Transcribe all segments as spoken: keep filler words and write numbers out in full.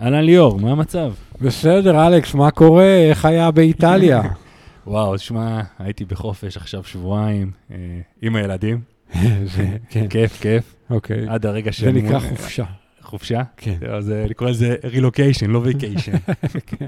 אהלן ליאור, מה המצב? בסדר, אלכס, מה קורה? איך היה באיטליה? וואו, תשמע, הייתי בחופש עכשיו שבועיים עם הילדים. כיף, כיף. אוקיי. עד הרגע ש... זה נקרא חופשה. חופשה? כן. אז לקרוא לזה רילוקיישן, לא וייקיישן. כן.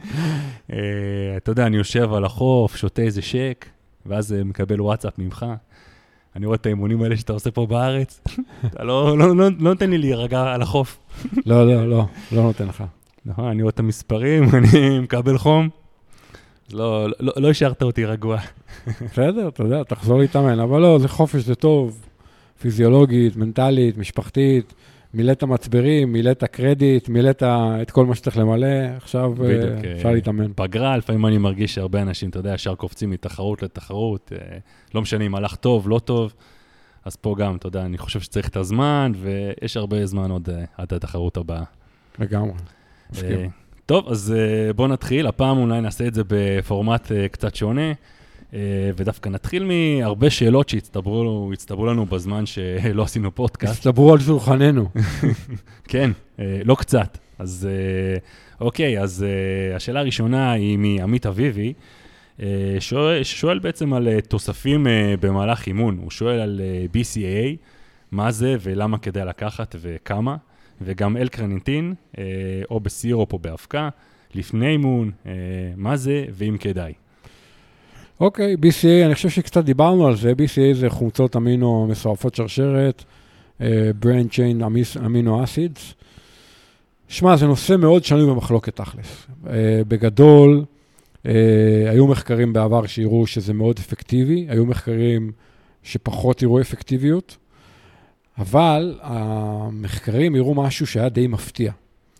אתה יודע, אני יושב על החוף, שותה איזה שק, ואז מקבל וואטסאפ ממך. אני רואה את האימונים האלה שאתה עושה פה בארץ. אתה לא נותן לי להירגע על החוף. לא, לא, לא, לא נותן לך. נכון, אני רואה את המספרים, אני מקבל חום. לא, לא, לא השארת אותי רגוע. בסדר, אתה יודע, תחזור להתאמן, אבל לא, זה חופש, זה טוב. פיזיולוגית, מנטלית, משפחתית, מילאת המצברים, מילאת הקרדיט, מילאת את כל מה שצריך למלא, עכשיו אפשר להתאמן. פגרה, לפעמים אני מרגיש שהרבה אנשים, אתה יודע, ישר קופצים מתחרות לתחרות, לא משנה אם הלך טוב, לא טוב, אז פה גם, אתה יודע, אני חושב שצריך את הזמן, ויש הרבה זמן עוד עד התחרות הבאה. לגמרי, מסכים. טוב, אז בואו נתחיל, הפעם אולי נעשה את זה בפורמט קצת שונה, ודווקא נתחיל מהרבה שאלות שהצטברו הצטברו לנו בזמן שלא עשינו פודקאסט. הצטברו על שולחננו. כן, לא קצת. אז אוקיי, אז השאלה הראשונה היא מעמית אביבי, ששואל בעצם על תוספים במהלך אימון. הוא שואל על בי סי איי איי, מה זה ולמה כדאי לקחת וכמה, וגם אלקרניטין, או בסירופ או באבקה, לפני אימון, מה זה ואם כדאי. אוקיי, בי סי איי, אני חושב שקצת דיברנו על זה, בי סי איי זה חומצות אמינו מסועפות שרשרת, brain chain amino acids. שמע, זה נושא מאוד שנוי במחלוקת תכלס. בגדול, היו מחקרים בעבר שיראו שזה מאוד אפקטיבי, היו מחקרים שפחות יראו אפקטיביות, אבל המחקרים יראו משהו שהיה די מפתיע.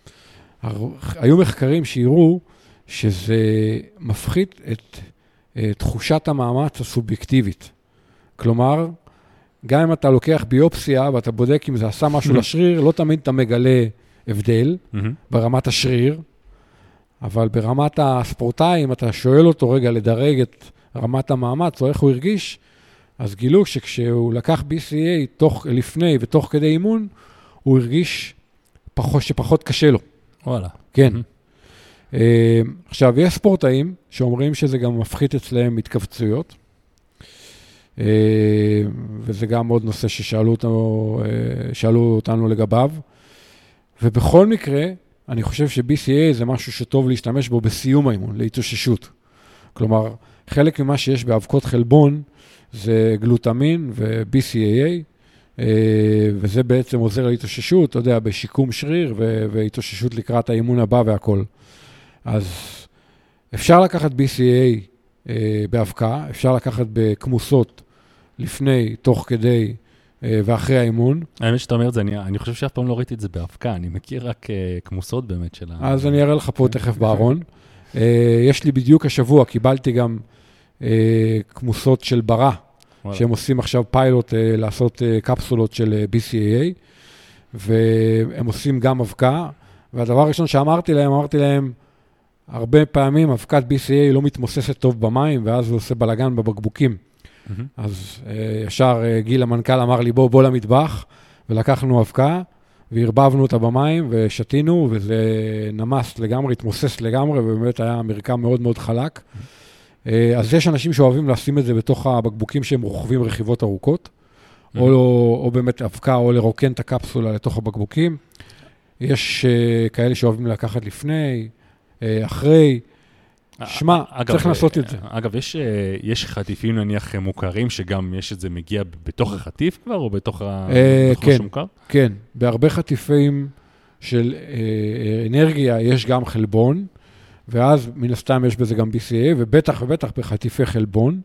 היו מחקרים שיראו שזה מפחית את תחושת המאמץ הסובייקטיבית. כלומר, גם אם אתה לוקח ביופסיה ואתה בודק אם זה עשה משהו לשריר, לא תמיד אתה מגלה הבדל ברמת השריר, אבל ברמת הספורטאי, אם אתה שואל אותו רגע לדרג את רמת המאמץ או איך הוא הרגיש, אז גילו שכשהוא לקח בי סי איי תוך, לפני ותוך כדי אימון, הוא הרגיש פחות, שפחות קשה לו. וואלה. כן. Uh, עכשיו, יש ספורטאים שאומרים שזה גם מפחית אצלהם התכווצויות, uh, וזה גם עוד נושא ששאלו אותנו, uh, שאלו אותנו לגביו, ובכל מקרה, אני חושב ש-בי סי איי זה משהו שטוב להשתמש בו בסיום האימון, להתאוששות. כלומר, חלק ממה שיש באבקות חלבון, זה גלוטמין ו-בי סי איי איי, uh, וזה בעצם עוזר להתאוששות, אתה יודע, בשיקום שריר והתאוששות לקראת האימון הבא והכל. אז אפשר לקחת בי סי איי אה, באבקה, אפשר לקחת בכמוסות לפני, תוך כדי אה, ואחרי האימון. האמת שאתה אומר את זה, אני, אני חושב שאף פעם לא ראיתי את זה באבקה, אני מכיר רק אה, כמוסות באמת שלה. אז אני אראה לך פה תכף בארון. אה, יש לי בדיוק השבוע, קיבלתי גם אה, כמוסות של ברא, וואלה. שהם עושים עכשיו פיילוט אה, לעשות אה, קפסולות של אה, בי סי איי איי, והם עושים גם אבקה, והדבר הראשון שאמרתי להם, אמרתי להם, הרבה פעמים אבקת בי סי איי לא מתמוססת טוב במים, ואז הוא עושה בלגן בבקבוקים. Mm-hmm. אז uh, ישר uh, גיל המנכ"ל אמר לי, בוא, בוא למטבח, ולקחנו אבקה, והרבבנו אותה במים, ושתינו, וזה נמס לגמרי, התמוסס לגמרי, ובאמת היה מרקם מאוד מאוד חלק. Mm-hmm. Uh, אז יש אנשים שאוהבים לשים את זה בתוך הבקבוקים שהם רוכבים רכיבות ארוכות, mm-hmm. או, או באמת אבקה, או לרוקן את הקפסולה לתוך הבקבוקים. יש uh, כאלה שאוהבים לקחת לפני, אחרי, שמה, צריך לעשות את זה. אגב, יש, יש חטיפים נניח מוכרים, שגם יש את זה מגיע בתוך החטיף כבר, או בתוך השומקר? כן, בהרבה חטיפים של אנרגיה יש גם חלבון, ואז מן הסתם יש בזה גם בי סי איי, ובטח ובטח בחטיפי חלבון.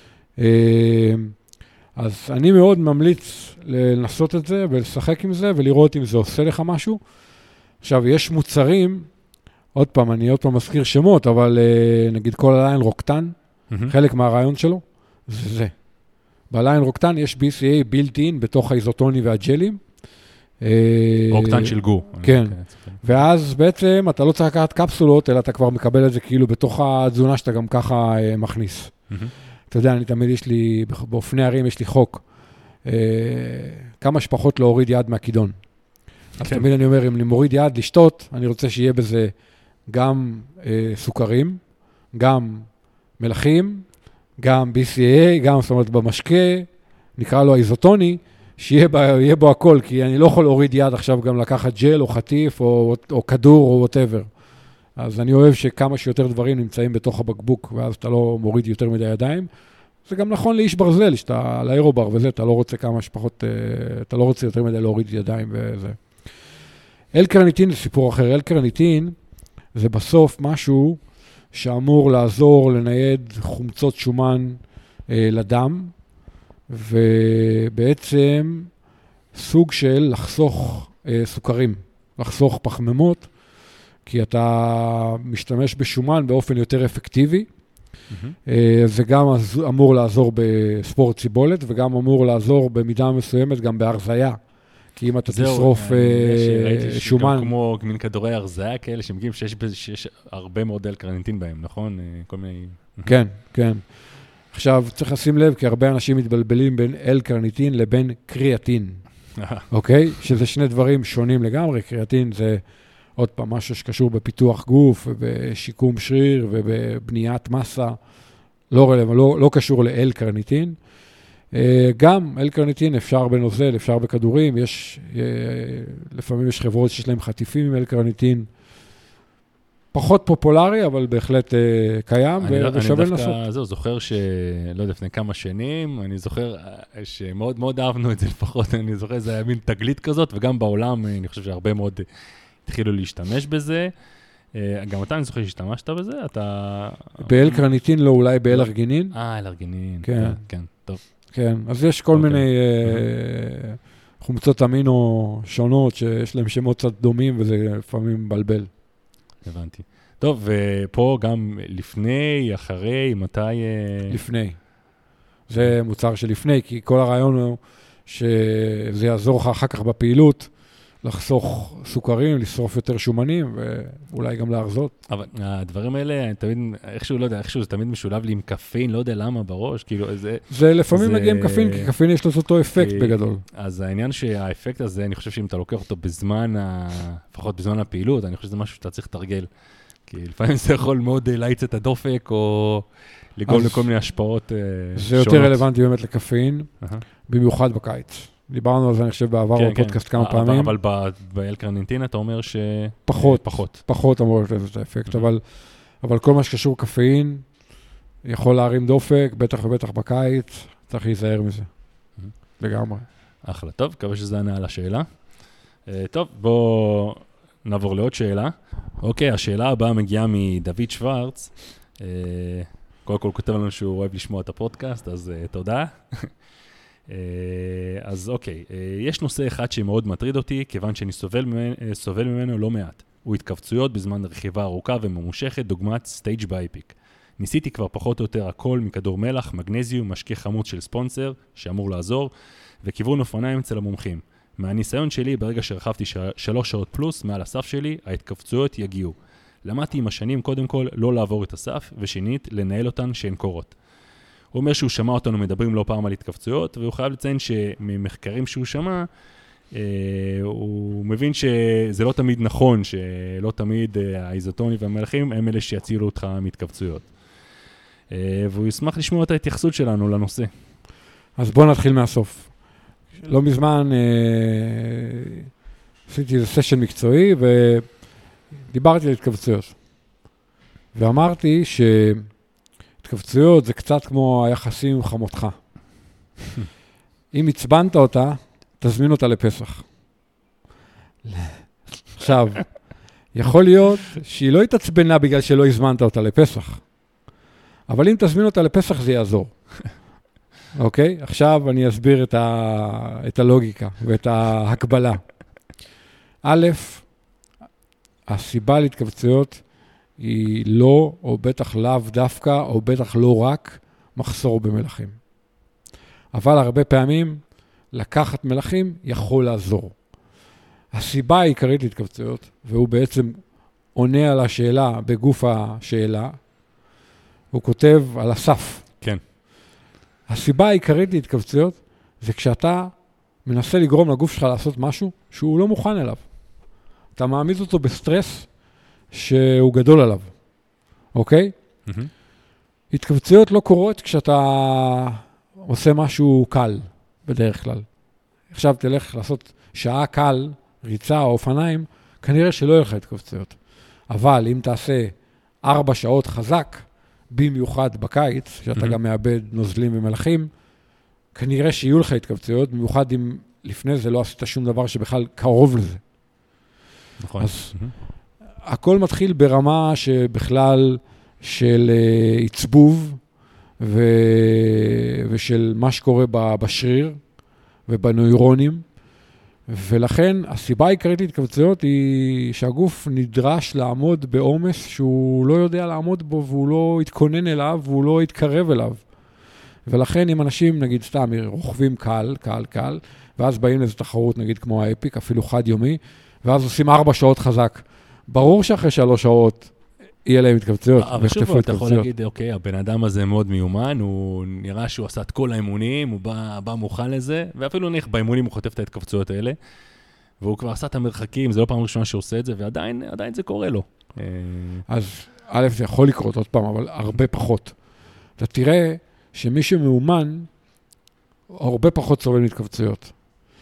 אז אני מאוד ממליץ לנסות את זה, ולשחק עם זה, ולראות אם זה עושה לך משהו. עכשיו, יש מוצרים, עוד פעם, אני עוד פעם מזכיר שמות, אבל נגיד כל הליין רוקטן, mm-hmm. חלק מהרעיון שלו, זה זה. בליין רוקטן יש בי סי איי בילט-אין בתוך האיזוטוני והג'לים. רוקטן של גור. כן. ואז בעצם אתה לא צריך לקחת קפסולות, אלא אתה כבר מקבל את זה כאילו בתוך התזונה שאתה גם ככה מכניס. Mm-hmm. אתה יודע, אני תמיד יש לי, באופני ערים יש לי חוק, כמה שפחות להוריד יד מהכידון. אז כן. תמיד אני אומר, אם אני מוריד יד לשתות, אני רוצה שיהיה בזה גם אה, סוכרים, גם מלחים, גם בי סי איי, גם, זאת אומרת, במשקה, נקרא לו האיזוטוני, שיהיה בו, יהיה בו הכל, כי אני לא יכול להוריד יד עכשיו גם לקחת ג'ל או חטיף או, או כדור או whatever. אז אני אוהב שכמה שיותר דברים נמצאים בתוך הבקבוק, ואז אתה לא מוריד יותר מדי ידיים. זה גם נכון לאיש ברזל, שאתה על האירובר וזה, אתה לא רוצה כמה שפחות, אתה לא רוצה יותר מדי להוריד ידיים וזה. L-קרניטין זה סיפור אחר. L-קרניטין זה בסוף משהו שאמור לעזור לנייד חומצות שומן אה, לדם, ובעצם סוג של לחסוך אה, סוכרים, לחסוך פחמימות, כי אתה משתמש בשומן באופן יותר אפקטיבי. Mm-hmm. אה, זה גם אמור לעזור בספורט סיבולת, וגם אמור לעזור במידה מסוימת גם בהרזיה. כי אם אתה תשרוף שומן... כמו מין כדורי הרזיה כאלה שמגיעים שיש הרבה מאוד L-קרניטין בהם, נכון? כל מיני... כן, כן. עכשיו, צריך לשים לב, כי הרבה אנשים מתבלבלים בין L-קרניטין לבין קריאטין, אוקיי? שזה שני דברים שונים לגמרי. קריאטין זה עוד פעם משהו שקשור בפיתוח גוף, ובשיקום שריר, ובבניית מסה, לא רלוונטי, לא, לא קשור ל-L-קרניטין. גם L-קרניטין אפשר בנוזל, אפשר בכדורים, יש, לפעמים יש חברות שיש להם חטיפים עם L-קרניטין, פחות פופולרי, אבל בהחלט קיים, ושווה לנסות. אני דווקא, זהו, זוכר שלא יודע, לפני כמה שנים, אני זוכר שמאוד מאוד אהבנו את זה לפחות, אני זוכר זה היה מין תגלית כזאת, וגם בעולם אני חושב שהרבה מאוד התחילו להשתמש בזה. גם אתה, אני זוכר שהשתמשת בזה, אתה... ב-L-קרניטין לא, אולי ב-L-ארגינין? אה, L-ארגינין, כן, טוב. כן, אז יש כל מיני חומצות אמינו שונות שיש להם שמות קצת דומים, וזה לפעמים מבלבל. הבנתי. טוב, ופה גם לפני, אחרי, מתי... לפני. זה מוצר שלפני, כי כל הרעיון הוא שזה יעזור לך אחר כך בפעילות, לחסוך סוכרים, לשרוף יותר שומנים, ואולי גם להרזות. אבל הדברים האלה, תמיד, איכשהו, לא יודע, איכשהו זה תמיד משולב לי עם קפין, לא יודע למה בראש, כאילו, זה... זה לפעמים זה... מגיע עם קפין, כי קפין יש לו אותו אפקט כי... בגדול. אז העניין שהאפקט הזה, אני חושב שאם אתה לוקח אותו בזמן, ה... לפחות בזמן הפעילות, אני חושב שזה משהו שאתה צריך לתרגל. כי לפעמים זה יכול מאוד להיץ את הדופק, או לגרום לכל מיני השפעות שונות. זה יותר רלוונטי באמת לקפין, במיוחד בקיץ. דיברנו על זה, אני חושב, בעבר בפודקאסט כמה פעמים. אבל ב-L-קרניטין אתה אומר ש... פחות, פחות. פחות אמור לתת את האפקט, אבל כל מה שקשור קפאין, יכול להרים דופק, בטח ובטח בקיץ, צריך להיזהר מזה. לגמרי. אחלה, טוב, מקווה שזה ענה על השאלה. טוב, בואו נעבור לעוד שאלה. אוקיי, השאלה הבאה מגיעה מדוד שוורץ. קודם כל כותב לנו שהוא אוהב לשמוע את הפודקאסט, אז תודה. אז אוקיי, יש נושא אחד שמאוד מטריד אותי, כיוון שאני סובל ממנו, סובל ממנו לא מעט. הוא התכווצויות בזמן רכיבה ארוכה וממושכת, דוגמת סטייג' באיפיק. ניסיתי כבר פחות או יותר הכל מכדור מלח, מגנזיום, משקה חמוץ של ספונסר, שאמור לעזור, וכיוון אופניים אצל המומחים. מהניסיון שלי, ברגע שרכבתי שלוש שעות פלוס מעל הסף שלי, ההתכווצויות יגיעו. למדתי עם השנים קודם כל לא לעבור את הסף, ושנית לנהל אותן שהן קורות. הוא אומר שהוא שמע אותנו מדברים לא פעם על התכווצויות, והוא חייב לציין שממחקרים שהוא שמע, אה, הוא מבין שזה לא תמיד נכון, שלא תמיד אה, האיזוטונים והמלחים הם אלה שיצילו אותך מהתכווצויות. אה, והוא ישמח לשמוע את ההתייחסות שלנו לנושא. אז בואו נתחיל מהסוף. לא מזמן אה, עשיתי איזה סשן מקצועי, ודיברתי על התכווצויות. ואמרתי ש... התכווצויות זה קצת כמו היחסים עם חמותך. אם הצבנת אותה, תזמין אותה לפסח. עכשיו, יכול להיות שהיא לא התעצבנה בגלל שלא הזמנת אותה לפסח, אבל אם תזמין אותה לפסח זה יעזור. אוקיי? עכשיו אני אסביר את, ה... את הלוגיקה ואת ההקבלה. א', הסיבה להתכווצויות היא לא, או בטח לאו דווקא, או בטח לא רק, מחסור במלחים. אבל הרבה פעמים, לקחת מלחים יכול לעזור. הסיבה העיקרית להתכווצויות, והוא בעצם עונה על השאלה בגוף השאלה, הוא כותב על הסף. כן. הסיבה העיקרית להתכווצויות, זה כשאתה מנסה לגרום לגוף שלך לעשות משהו שהוא לא מוכן אליו. אתה מעמיד אותו בסטרס שהוא גדול עליו, אוקיי? Mm-hmm. התכווצויות לא קורות כשאתה עושה משהו קל, בדרך כלל. עכשיו תלך לעשות שעה קל, ריצה או אופניים, כנראה שלא יהיה לך התכווצויות. אבל אם תעשה ארבע שעות חזק, במיוחד בקיץ, שאתה mm-hmm. גם מאבד נוזלים ומלחים, כנראה שיהיו לך התכווצויות, במיוחד אם לפני זה לא עשית שום דבר שבכלל קרוב לזה. נכון. אז mm-hmm. הכל מתחיל ברמה שבכלל של uh, עצבוב, ו... ושל מה שקורה בשריר ובנוירונים, ולכן הסיבה העיקרית להתכווצויות היא שהגוף נדרש לעמוד בעומס שהוא לא יודע לעמוד בו, והוא לא יתכונן אליו, והוא לא יתקרב אליו. ולכן אם אנשים, נגיד סתם, רוכבים קל, קל, קל, ואז באים לאיזו תחרות, נגיד כמו האפיק, אפילו חד יומי, ואז עושים ארבע שעות חזק. ברור שאחרי שלוש שעות יהיה להם התכווצויות. אבל שוב, אתה יכול להגיד, אוקיי, הבן אדם הזה מאוד מיומן, הוא נראה שהוא עשה את כל האימונים, הוא בא, בא מוכן לזה, ואפילו נניח באימונים הוא חוטף את ההתכווצויות האלה, והוא כבר עשה את המרחקים, זה לא פעם ראשונה שהוא עושה את זה, ועדיין עדיין זה קורה לו. אז א', זה יכול לקרות עוד פעם, אבל הרבה פחות. אתה תראה שמי שמאומן, הרבה פחות סובל מהתכווצויות.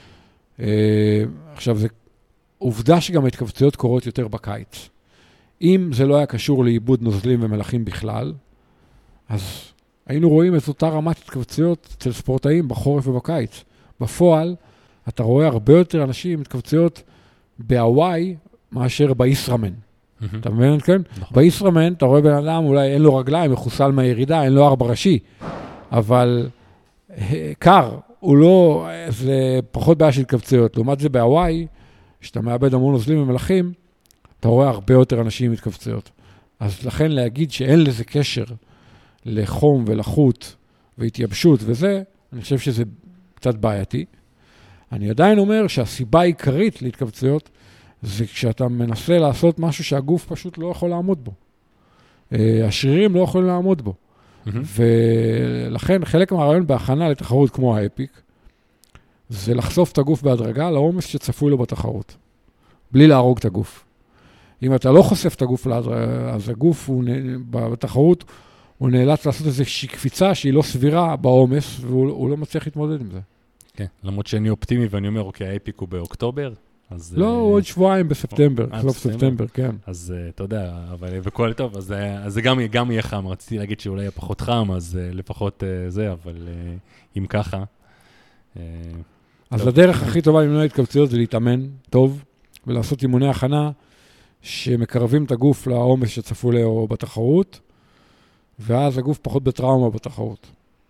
עכשיו, זה עובדה שגם ההתכווצויות קורות יותר בקיץ. אם זה לא היה קשור לאיבוד נוזלים ומלחים בכלל, אז היינו רואים את אותה רמת התכווצויות אצל ספורטאים בחורף ובקיץ. בפועל, אתה רואה הרבה יותר אנשים עם התכווצויות בהוואי מאשר בישרמן. אתה מבין, כן? בישרמן, אתה רואה בן אדם, אולי אין לו רגליים, מחוסל מהירידה, אין לו ארבע ראשי, אבל קר, הוא לא, זה פחות בעיה של התכווצויות. לעומת זה בהוואי, שאתה מאבד המון נוזלים ומלחים, אתה רואה הרבה יותר אנשים עם התכווצויות. אז לכן להגיד שאין לזה קשר לחום ולחות והתייבשות וזה, אני חושב שזה קצת בעייתי. אני עדיין אומר שהסיבה העיקרית להתכווצויות, זה כשאתה מנסה לעשות משהו שהגוף פשוט לא יכול לעמוד בו. השרירים לא יכולים לעמוד בו. Mm-hmm. ולכן חלק מהרעיון בהכנה לתחרות כמו האפיק, זה לחשוף את הגוף בהדרגה לעומס שצפוי לו בתחרות, בלי להרוג את הגוף. אם אתה לא חושף את הגוף, אז הגוף הוא, בתחרות, הוא נאלץ לעשות איזושהי קפיצה שהיא לא סבירה בעומס, והוא לא מצליח להתמודד עם זה. כן, למרות שאני אופטימי ואני אומר, אוקיי, האפיק הוא באוקטובר, אז... לא, עוד שבועיים בספטמבר, סוף ספטמבר, כן. אז אתה יודע, אבל וכל טוב, אז זה גם יהיה חם, רציתי להגיד שאולי יהיה פחות חם, אז לפחות זה, אבל אם ככה... אז הדרך הכי טובה למנוע התכווצויות זה להתאמן טוב, ולעשות אימוני הכנה, שמקרבים את הגוף לעומס שצפו לו בתחרות, ואז הגוף פחות בטראומה בתחרות.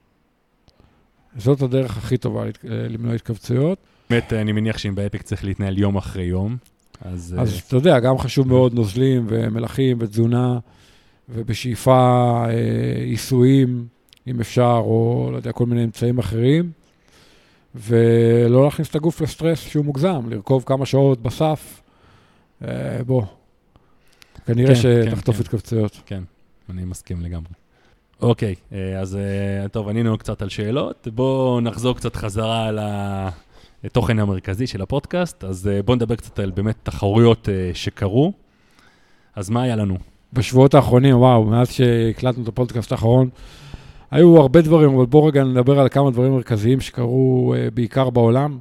זאת הדרך הכי טובה למנוע התכווצויות. באמת, אני מניח שאם באפיק צריך להתנהל יום אחרי יום, אז... אז אתה יודע, גם חשוב מאוד נוזלים ומלחים ותזונה, ובשאיפה עיסויים, אם אפשר, או לא יודע, כל מיני אמצעים אחרים, ולא להכניס את הגוף לסטרס שהוא מוגזם, לרכוב כמה שעות בסף, בוא. כנראה שתחטוף התכווצויות. כן, אני מסכים לגמרי. אוקיי, אז טוב, ענינו קצת על שאלות. בואו נחזור קצת חזרה על התוכן המרכזי של הפודקאסט. אז בואו נדבר קצת על באמת תחרויות שקרו. אז מה היה לנו? בשבועות האחרונים, וואו, מאז שהקלטנו את הפודקאסט האחרון, היו הרבה דברים, אבל בואו רגע נדבר על כמה דברים מרכזיים שקרו בעיקר בעולם.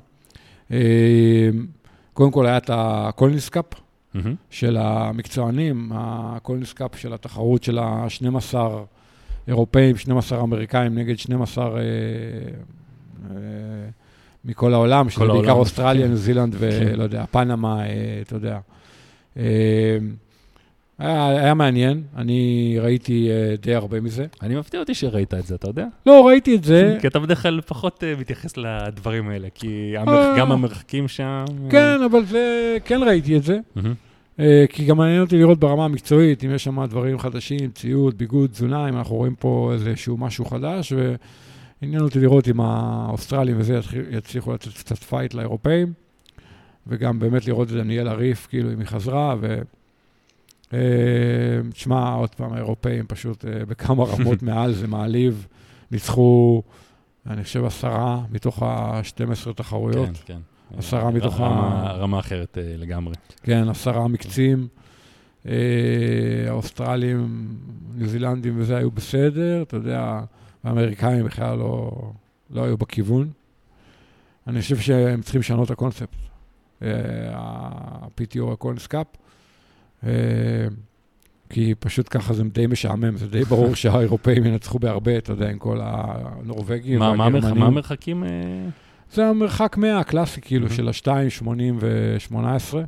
קודם כל היה את הקולינס קאפ, mm-hmm. של המקצוענים, הקולינס קאפ של התחרות של ה-שנים עשר אירופאים, שנים עשר אמריקאים נגד שנים עשר אה, אה, מכל העולם, שזה בעיקר אוסטרליה, ניו זילנד ולא יודע, פנמה, אה, אתה יודע. אה, היה, היה מעניין, אני ראיתי אה, די הרבה מזה. אני מפתיע אותי שראית את זה, אתה יודע? לא, ראיתי את זה. כי אתה בדרך כלל פחות אה, מתייחס לדברים האלה, כי המרח, גם המרחקים שם... כן, אבל זה, כן ראיתי את זה. Mm-hmm. כי גם מעניין אותי לראות ברמה המקצועית, אם יש שם דברים חדשים, ציוד, ביגוד, תזונה, אם אנחנו רואים פה איזשהו משהו חדש, ועניין אותי לראות אם האוסטרלים וזה יצליחו לתת קצת פייט לאירופאים, וגם באמת לראות את דניאל הריף, כאילו אם היא חזרה, ותשמע, עוד פעם, האירופאים פשוט בכמה רמות מעל, זה מעליב, ניצחו אני חושב עשרה מתוך ה-שתים עשרה תחרויות. כן, כן. עשרה מתוך ה... רמה אחרת לגמרי. כן, עשרה מקצים. האוסטרלים, ניו זילנדים וזה היו בסדר, אתה יודע, האמריקאים בכלל לא, לא היו בכיוון. אני חושב שהם צריכים לשנות את הקונספט. ה-פי טי או, הקונס קאפ, כי פשוט ככה זה די משעמם, זה די ברור שהאירופאים ינצחו בהרבה, אתה יודע, עם כל הנורווגים והגרמנים. מה המרחקים? זה המרחק מאה, הקלאסי, כאילו, של ה-שתיים שמונים ושמונה עשרה.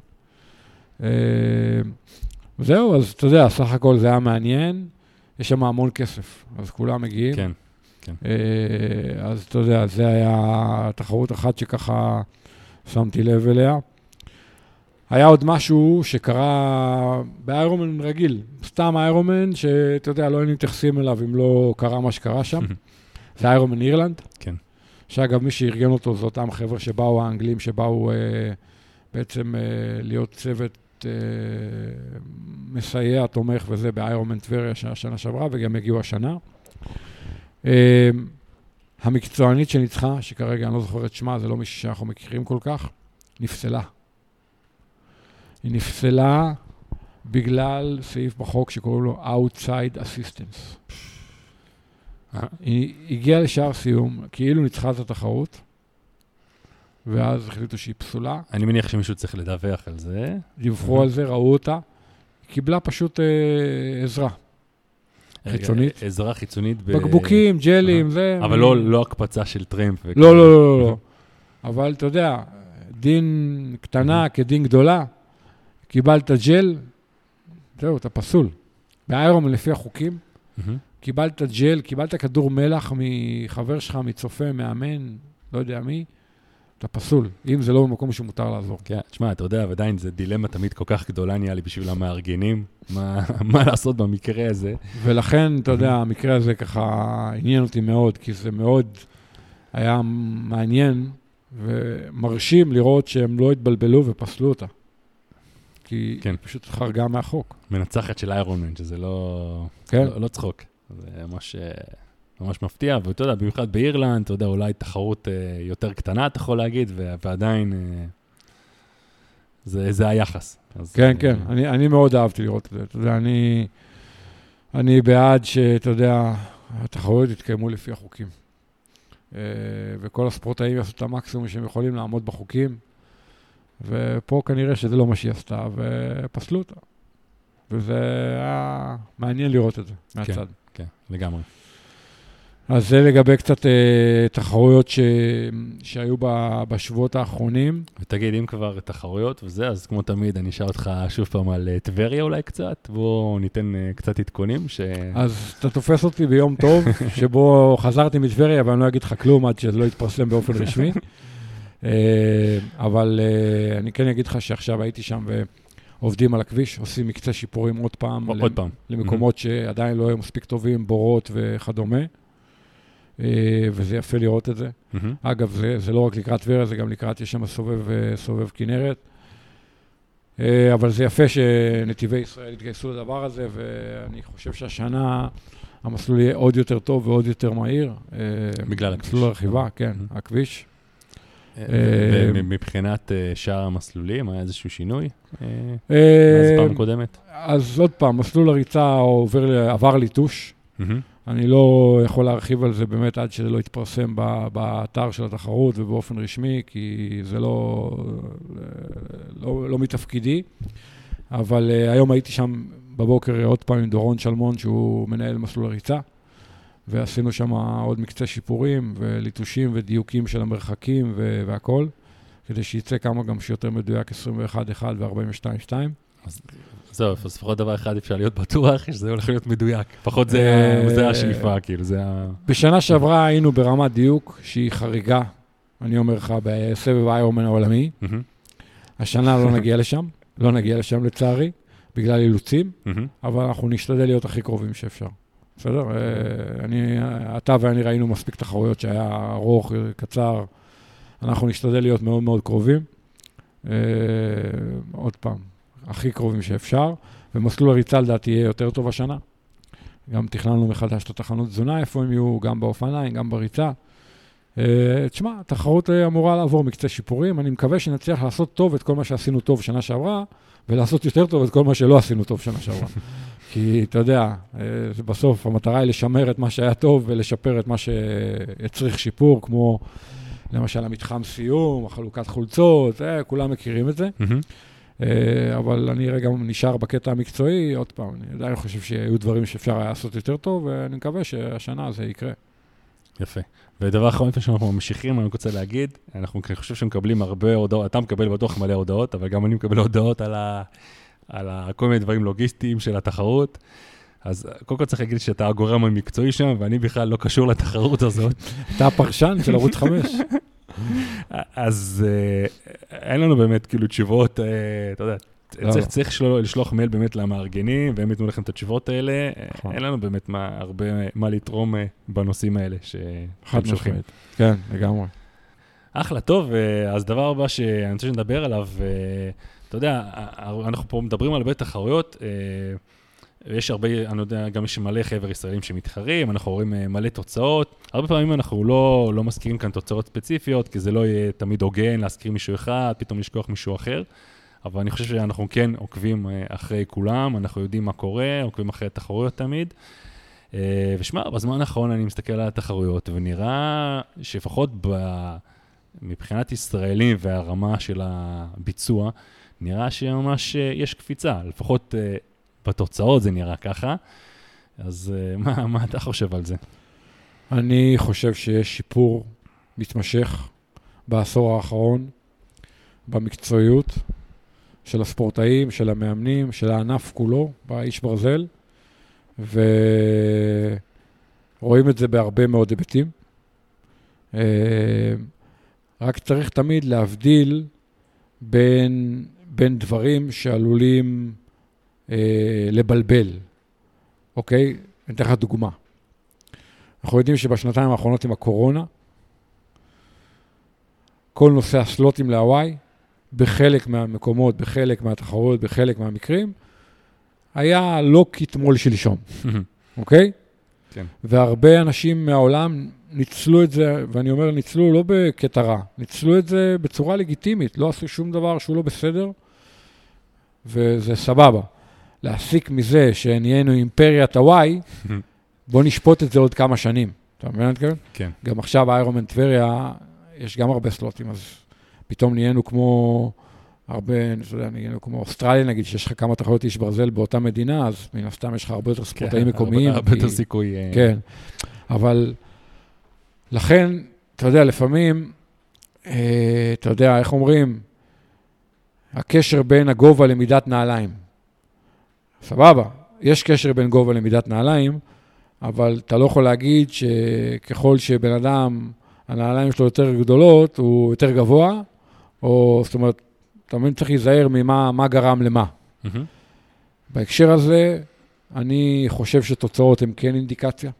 זהו, אז אתה יודע, סך הכל זה היה מעניין, יש שם המון כסף, אז כולם מגיעים. כן, כן. אז אתה יודע, זה היה תחרות אחת שככה שמתי לב אליה. היה עוד משהו שקרה באיירומן רגיל, סתם איירומן, שאתה יודע, לא היינו מתייחסים אליו אם לא קרה מה שקרה שם. זה איירומן אירלנד. כן. שאגב, מי שארגן אותו זה אותם חבר'ה שבאו, האנגלים שבאו אה, בעצם אה, להיות צוות אה, מסייע, תומך וזה באיירומן טבריה השנה שעברה, וגם הגיעו השנה. אה, המקצוענית שניצחה, שכרגע אני לא זוכר את שמה, זה לא מישהו שאנחנו מכירים כל כך, נפסלה. היא נפסלה בגלל סעיף בחוק שקוראים לו Outside Assistance. היא הגיעה לשער סיום, כאילו ניצחה את התחרות, ואז החליטו שהיא פסולה. אני מניח שמישהו צריך לדווח על זה. דיווחו על זה, ראו אותה. היא קיבלה פשוט אה, עזרה. חיצונית. עזרה חיצונית. בקבוקים, ג'לים, זה. אבל לא, לא הקפצה של טרמפ. לא, לא, לא, לא. אבל אתה יודע, דין קטנה כדין גדולה, קיבלת ג'ל, זהו, אתה פסול. באיירומן לפי החוקים, קיבלת ג'ל, קיבלת כדור מלח מחבר שלך, מצופה, מאמן, לא יודע מי, אתה פסול, אם זה לא במקום שמותר לעזור. כן, תשמע, אתה יודע, ועדיין זה דילמה תמיד כל כך גדולה נהיה לי בשביל המארגנים, מה, מה לעשות במקרה הזה. ולכן, אתה יודע, המקרה הזה ככה עניין אותי מאוד, כי זה מאוד היה מעניין ומרשים לראות שהם לא התבלבלו ופסלו אותה. כי כן. היא פשוט חרגה מהחוק. מנצחת של איירומן, שזה לא, כן. לא, לא צחוק. זה ממש, ממש מפתיע, ואתה יודע, במיוחד באירלנד, אתה יודע, אולי תחרות יותר קטנה, אתה יכול להגיד, ועדיין זה, זה היחס. אז כן, כן, אני, אני מאוד אהבתי לראות את זה. אתה יודע, אני, אני בעד שאתה יודע, התחרויות יתקיימו לפי החוקים. וכל הספורטאים יעשו את המקסימום שהם יכולים לעמוד בחוקים, ופה כנראה שזה לא מה שהיא עשתה, ופסלו אותה. וזה היה מעניין לראות את זה מהצד. כן, כן, לגמרי. אז זה לגבי קצת אה, תחרויות ש... שהיו ב... בשבועות האחרונים. ותגיד, אם כבר תחרויות וזה, אז כמו תמיד, אני אשאל אותך שוב פעם על טבריה אולי קצת, בואו ניתן אה, קצת עדכונים. ש... אז אתה תופס אותי ביום טוב, שבו חזרתי מטבריה, אבל אני לא אגיד לך כלום עד שזה לא יתפרסם באופן רשמי. אה, אבל אה, אני כן אגיד לך שעכשיו הייתי שם ו... עובדים על הכביש, עושים מקצה שיפורים עוד פעם, עוד למ- פעם. למקומות mm-hmm. שעדיין לא היו מספיק טובים, בורות וכדומה, וזה יפה לראות את זה. Mm-hmm. אגב, זה, זה לא רק לקראת טבריה, זה גם לקראת, יש שם סובב, סובב כנרת, אבל זה יפה שנתיבי ישראל התגייסו לדבר הזה, ואני חושב שהשנה המסלול יהיה עוד יותר טוב ועוד יותר מהיר. בגלל הכביש. מסלול הרכיבה, כן, mm-hmm. הכביש. ומבחינת שאר המסלולים, היה איזשהו שינוי? מאז פעם קודמת? אז עוד פעם, מסלול הריצה עבר ליטוש. אני לא יכול להרחיב על זה באמת עד שזה לא יתפרסם באתר של התחרות ובאופן רשמי, כי זה לא, לא, לא מתפקידי. אבל היום הייתי שם בבוקר עוד פעם עם דורון שלמון, שהוא מנהל מסלול הריצה. ועשינו שם עוד מקצה שיפורים וליטושים ודיוקים של המרחקים ו- והכל, כדי שיצא כמה גם שיותר מדויק עשרים ואחת אחת ו-ארבעים ושתיים שתיים. אז זהו, אז לפחות דבר אחד אפשר להיות בטוח, שזה הולך להיות מדויק. לפחות זה השאיפה, כאילו, זה ה... בשנה שעברה היינו ברמת דיוק שהיא חריגה, אני אומר לך, בסבב איירומן העולמי. השנה לא נגיע לשם, לא נגיע לשם לצערי, בגלל אילוצים, אבל אנחנו נשתדל להיות הכי קרובים שאפשר. בסדר? אני, אתה ואני ראינו מספיק תחרויות שהיה ארוך, קצר. אנחנו נשתדל להיות מאוד מאוד קרובים. עוד פעם, הכי קרובים שאפשר. ומסלול הריצה לדעתי יהיה יותר טוב השנה. גם תכננו מחדש את התחנות תזונה, איפה הם יהיו, גם באופניים, גם בריצה. תשמע, התחרות אמורה לעבור מקצה שיפורים, אני מקווה שנצליח לעשות טוב את כל מה שעשינו טוב שנה שעברה, ולעשות יותר טוב את כל מה שלא עשינו טוב שנה שעברה. כי אתה יודע, בסוף המטרה היא לשמר את מה שהיה טוב ולשפר את מה שצריך שיפור, כמו למשל המתחם סיום, החלוקת חולצות, כולם מכירים את זה. אבל אני רגע נשאר בקטע המקצועי, עוד פעם, אני עדיין חושב שהיו דברים שאפשר היה לעשות יותר טוב, ואני מקווה שהשנה זה יקרה. יפה. ודבר אחרון לפני שאנחנו ממשיכים, אני רוצה להגיד, אנחנו חושב שמקבלים הרבה הודעות, אתה מקבל בטוח מלא הודעות, אבל גם אני מקבל הודעות על, ה, על ה, כל מיני דברים לוגיסטיים של התחרות. אז קודם כל צריך להגיד שאתה הגורם המקצועי שם, ואני בכלל לא קשור לתחרות הזאת. אתה הפרשן של ערוץ חמש. אז אין לנו באמת כאילו תשובות, אתה יודע, צריך, צריך לשלוח מייל באמת למארגנים, והם ייתנו לכם את התשובות האלה. אין לנו באמת מה, הרבה מה לתרום בנושאים האלה שאתם שולחים. כן, לגמרי. אחלה, טוב. אז דבר הבא שאני רוצה שנדבר עליו, אתה יודע, אנחנו פה מדברים על הרבה תחרויות, יש הרבה, אני יודע, גם יש מלא חבר ישראלים שמתחרים, אנחנו רואים מלא תוצאות. הרבה פעמים אנחנו לא, לא מזכירים כאן תוצאות ספציפיות, כי זה לא יהיה תמיד הוגן להזכיר מישהו אחד, פתאום לשכוח מישהו אחר. אבל אני חושב שאנחנו כן עוקבים אחרי כולם, אנחנו יודעים מה קורה, עוקבים אחרי התחרויות תמיד. ושמע, בזמן האחרון אני מסתכל על התחרויות, ונראה שלפחות מבחינת ישראלים והרמה של הביצוע, נראה שממש יש קפיצה, לפחות בתוצאות זה נראה ככה. אז מה, מה אתה חושב על זה? אני חושב שיש שיפור מתמשך בעשור האחרון, במקצועיות של הספורטאים, של המאמנים, של הענף כולו, באיש ברזל, ורואים את זה בהרבה מאוד היבטים. רק צריך תמיד להבדיל בין, בין דברים שעלולים אה, לבלבל. אוקיי? אני אתן לך דוגמה. אנחנו יודעים שבשנתיים האחרונות עם הקורונה, כל נושא הסלוטים להוואי, בחלק מהמקומות, בחלק מהתחרויות, בחלק מהמקרים, היה לא כתמול שלשום. אוקיי? כן. והרבה אנשים מהעולם ניצלו את זה, ואני אומר ניצלו לא בקטע רע, ניצלו את זה בצורה לגיטימית, לא עשו שום דבר שהוא לא בסדר, וזה סבבה. להסיק מזה שנהיינו אימפריית הוואי, בוא נשפוט את זה עוד כמה שנים. אתה מבין את זה? כן. גם עכשיו איירומן טבריה, יש גם הרבה סלוטים, אז פתאום נהיינו כמו הרבה, אני יודע, נהיינו כמו אוסטרליה נגיד, שיש לך כמה תחרויות איש ברזל באותה מדינה, אז מן הסתם יש לך הרבה יותר ספורטאים מקומיים. הרבה יותר סיכוי. כן, אבל לכן, אתה יודע, לפעמים, אתה יודע, איך אומרים, הקשר בין הגובה למידת נעליים. סבבה, יש קשר בין גובה למידת נעליים, אבל אתה לא יכול להגיד שככל שבן אדם, הנעליים שלו יותר גדולות, הוא יותר גבוה, או זאת אומרת, אתה מבין צריך להיזהר ממה מה גרם למה. Mm-hmm. בהקשר הזה, אני חושב שתוצאות הן כן אינדיקציה,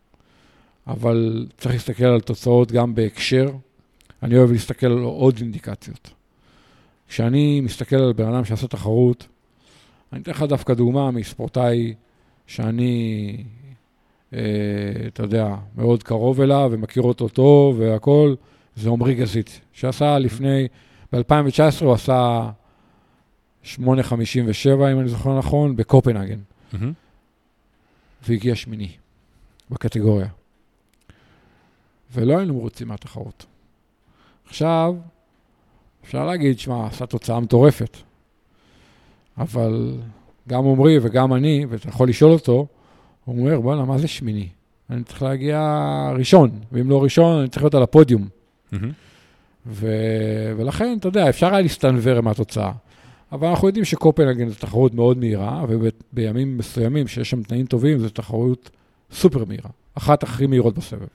אבל צריך להסתכל על תוצאות גם בהקשר. אני אוהב להסתכל על עוד אינדיקציות. כשאני מסתכל על בן אדם שעשה תחרות, אני אתן לך דווקא דוגמה מספורטאי שאני, אה, אתה יודע, מאוד קרוב אליו ומכיר אותו טוב והכל, זה עומרי גזית, שעשה לפני, ב-אלפיים תשע עשרה הוא עשה שמונה חמישים ושבע, אם אני זוכר נכון, בקופנהגן. Mm-hmm. והגיע שמיני בקטגוריה. ולא היינו מרוצים מהתחרות. עכשיו, אפשר להגיד, שמה, עשה תוצאה מטורפת. אבל גם עומרי וגם אני, ואתה יכול לשאול אותו, הוא אומר, בוא'נה, מה זה שמיני? אני צריך להגיע ראשון, ואם לא ראשון, אני צריך להיות על הפודיום. Mm-hmm. ו- ולכן, אתה יודע, אפשר היה להסתנוור מהתוצאה. אבל אנחנו יודעים שקופנהגן זו תחרות מאוד מהירה, ובימים מסוימים שיש שם תנאים טובים, זו תחרות סופר מהירה. אחת הכי מהירות בסבב.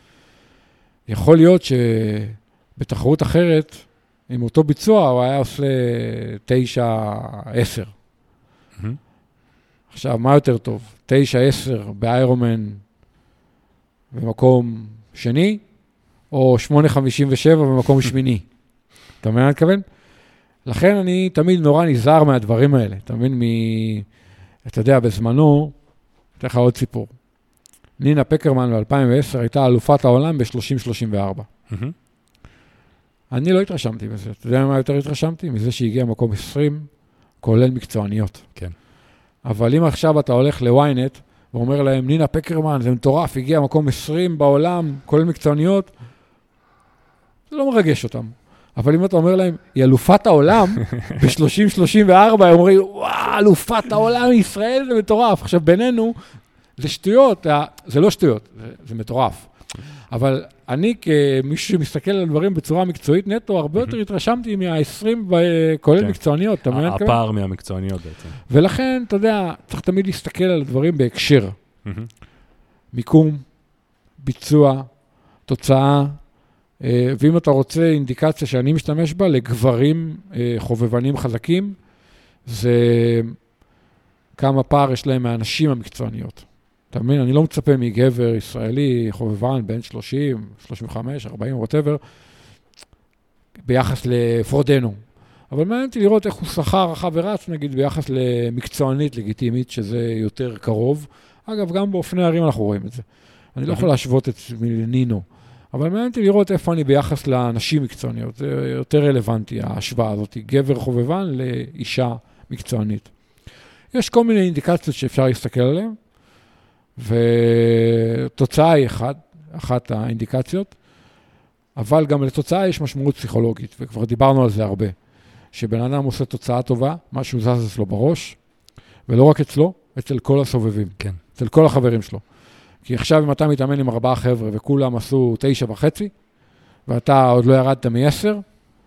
יכול להיות שבתחרות אחרת, עם אותו ביצוע, הוא היה עושה תשע עשר. Mm-hmm. עכשיו, מה יותר טוב? תשע עשר באיירומן במקום שני, או שמונה חמישים ושבע במקום שמיני. אתה מבין מה אני מתכוון? לכן אני תמיד נורא נזהר מהדברים האלה. אתה מבין, מ... אתה יודע, בזמנו, אתן לך עוד סיפור. נינה פקרמן ב-אלפיים ועשר הייתה אלופת העולם ב-שלושים שלושים וארבע. אני לא התרשמתי מזה. אתה יודע מה יותר התרשמתי? מזה שהגיע מקום עשרים, כולל מקצועניות. כן. אבל אם עכשיו אתה הולך לוויינט, ואומר להם, נינה פקרמן, זה מטורף, הגיע מקום עשרים בעולם, כולל מקצועניות, זה לא מרגש אותם. אבל אם אתה אומר להם, היא אלופת העולם, ב-שלושים שלושים וארבע, הם אומרים, וואו, אלופת העולם מישראל, זה מטורף. עכשיו, בינינו, זה שטויות, זה לא שטויות, זה, זה מטורף. אבל אני, כמישהו שמסתכל על דברים בצורה מקצועית נטו, הרבה יותר התרשמתי מה-עשרים, כולל כן. מקצועניות. אתה מבין? הפער מהמקצועניות בעצם. ולכן, אתה יודע, צריך תמיד להסתכל על דברים בהקשר. מיקום, ביצוע, תוצאה, ואם אתה רוצה אינדיקציה שאני משתמש בה לגברים חובבנים חזקים, זה כמה פער יש להם מהאנשים המקצועניות. אתה מבין? אני לא מצפה מגבר ישראלי חובבן בין שלושים, שלושים וחמש, ארבעים, whatever, ביחס לפרודנו. אבל מעניין אותי לראות איך הוא שכר רחב ורץ, נגיד, ביחס למקצוענית לגיטימית, שזה יותר קרוב. אגב, גם באופני הערים אנחנו רואים את זה. אני לא יכול להשוות את נינו. אבל מעניין אותי לראות איפה אני ביחס לאנשים מקצועניות. זה יותר רלוונטי, ההשוואה הזאת. גבר חובבן לאישה מקצוענית. יש כל מיני אינדיקציות שאפשר להסתכל עליהן, ותוצאה היא אחת, אחת האינדיקציות, אבל גם לתוצאה יש משמעות פסיכולוגית, וכבר דיברנו על זה הרבה. שבן אדם עושה תוצאה טובה, משהו זז אצלו בראש, ולא רק אצלו, אצל כל הסובבים. כן. אצל כל החברים שלו. כי עכשיו אם אתה מתאמן עם ארבעה חבר'ה וכולם עשו תשע וחצי, ואתה עוד לא ירדת מ-עשר,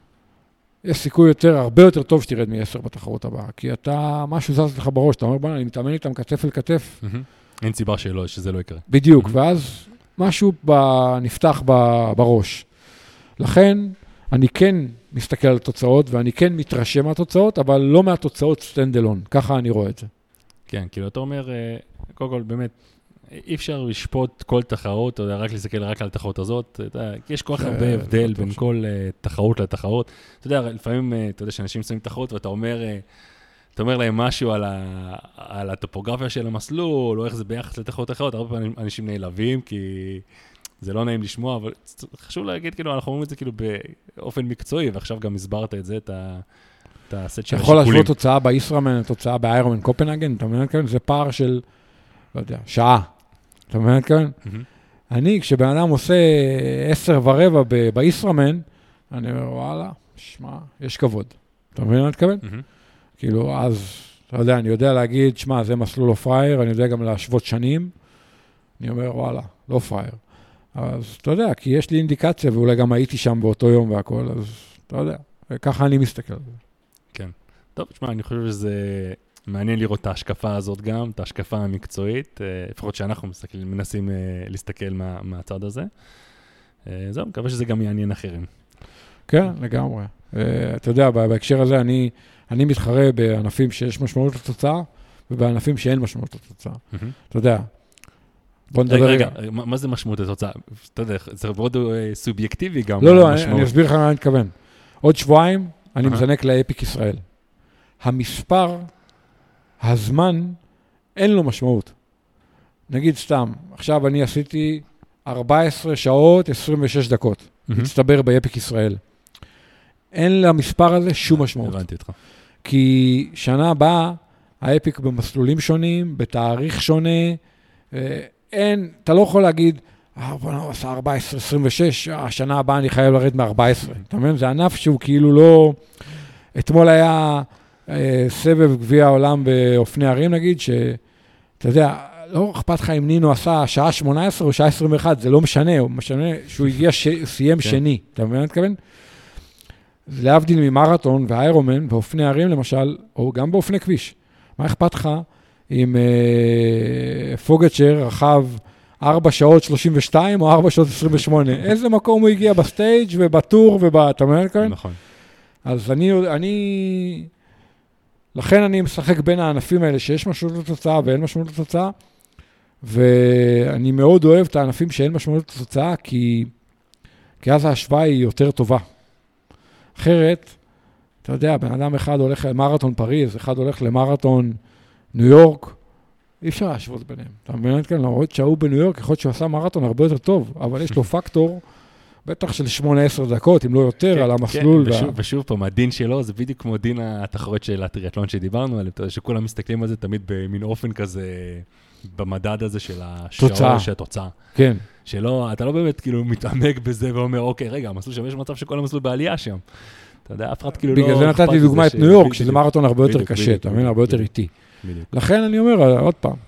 יש סיכוי יותר, הרבה יותר טוב שתרד מ-עשר בתחרות הבאה. כי אתה, משהו זז לך בראש, אתה אומר, בוא, אני מתאמן איתם כתף אל כתף. אין סיבה שלא, שזה לא יקרה. בדיוק, ואז משהו נפתח בראש. לכן, אני כן מסתכל על התוצאות, ואני כן מתרשם מהתוצאות, אבל לא מהתוצאות סטנדלון. ככה אני רואה את זה. כן, כאילו אתה אומר, קודם כל באמת, אי אפשר לשפוט כל תחרות, אתה יודע, רק להסתכל רק על התחרות הזאת, כי יש כל כך הרבה הבדל בין כל תחרות לתחרות. אתה יודע, לפעמים, אתה יודע, שאנשים שמים תחרות, ואתה אומר, אתה אומר להם משהו על, ה, על הטופוגרפיה של המסלול, או איך זה ביחס לתחרות אחרות, הרבה פעמים אנשים נעלבים, כי זה לא נעים לשמוע, אבל חשוב להגיד, כאילו, אנחנו אומרים את זה כאילו באופן מקצועי, ועכשיו גם הסברת את זה, את ה... אתה יכול להשוות תוצאה בישראמן, תוצאה באיירומן קופנהגן, אתה מבין כאן? זה פער של, לא יודע, שעה. אתה מבין כאן? אני, כשבן אדם עושה עשר ורבע בישראמן, אני אומר, וואלה, שמע, יש כבוד. אתה מבין מה תכוון? כאילו, אז, אתה יודע, אני יודע להגיד, שמע, זה מסלול לא פרייר, אני יודע גם להשוות שנים. אני אומר, וואלה, לא פרייר. אז אתה יודע, כי יש לי אינדיקציה, ואולי גם הייתי שם באותו יום והכל, אז אתה יודע, וככה אני מסתכל על זה. כן. טוב, תשמע, אני חושב שזה מעניין לראות את ההשקפה הזאת גם, את ההשקפה המקצועית, לפחות שאנחנו מסתכלים, מנסים להסתכל מה, מהצד הזה. זהו, מקווה שזה גם יעניין אחרים. כן, לגמרי. אתה יודע, בהקשר הזה אני, אני מתחרה בענפים שיש משמעות לתוצאה, ובענפים שאין משמעות לתוצאה. אתה יודע, בוא נדבר רגע. רגע, מה זה משמעות לתוצאה? אתה יודע, זה מאוד סובייקטיבי גם. לא, לא, אני אסביר לך מה אני מתכוון. עוד שבועיים, אני מזנק לאפיק ישראל. המספר, הזמן, אין לו משמעות. נגיד סתם, עכשיו אני עשיתי ארבע עשרה שעות, עשרים ושש דקות. מצטבר באפיק ישראל. אין למספר הזה שום משמעות. הבנתי אותך. כי שנה הבאה, האפיק במסלולים שונים, בתאריך שונה, אין, אתה לא יכול להגיד, בוא נעשה ארבע עשרה עשרים ושש, השנה הבאה אני חייב לרד מ-ארבע עשרה. אתה מבין? זה ענף שהוא כאילו לא... אתמול היה אה, סבב גביע העולם באופני ערים, נגיד, שאתה יודע, לא אכפת לך אם נינו עשה שעה שמונה עשרה או שעה עשרים ואחת, זה לא משנה, הוא משנה שהוא הגיע, ש... סיים שני. אתה מבין? אתה מתכוון? להבדיל ממרתון ואיירומן, באופני ערים למשל, או גם באופני כביש. מה אכפת לך אם אה, פוגצ'ר רכב ארבע שעות שלושים ושתיים או ארבע שעות עשרים ושמונה? איזה מקום הוא הגיע בסטייג' ובטור ובאת, אתה מבין כאן? נכון. אז אני, אני, לכן אני משחק בין הענפים האלה שיש משמעות לתוצאה ואין משמעות לתוצאה, ואני מאוד אוהב את הענפים שאין משמעות לתוצאה, כי, כי אז ההשוואה היא יותר טובה. אחרת, אתה יודע, בן אדם אחד הולך למרתון פריז, אחד הולך למרתון ניו יורק, אי אפשר להשוות ביניהם. אתה מבין כאן, למרות שהוא בניו יורק, יכול להיות שהוא עשה מרתון הרבה יותר טוב, אבל יש לו פקטור בטח של שמונה עשר דקות, אם לא יותר, כן, על המסלול. כן, וה... ושוב, ושוב פעם, הדין שלו זה בדיוק כמו דין התחרות של הטריאטלון שדיברנו עליהם, שכולם מסתכלים על זה תמיד במין אופן כזה, במדד הזה של השעור, של התוצאה. כן. שלא, אתה לא באמת כאילו מתעמק בזה ואומר, אוקיי, רגע, המסלול שם, יש מצב שכל המסלול בעלייה שם. אתה יודע, אף אחד כאילו לא... בגלל זה נתתי דוגמה את ניו יורק, שזה מרתון הרבה יותר קשה, אתה מבין, הרבה יותר איטי. לכן אני אומר, עוד פעם,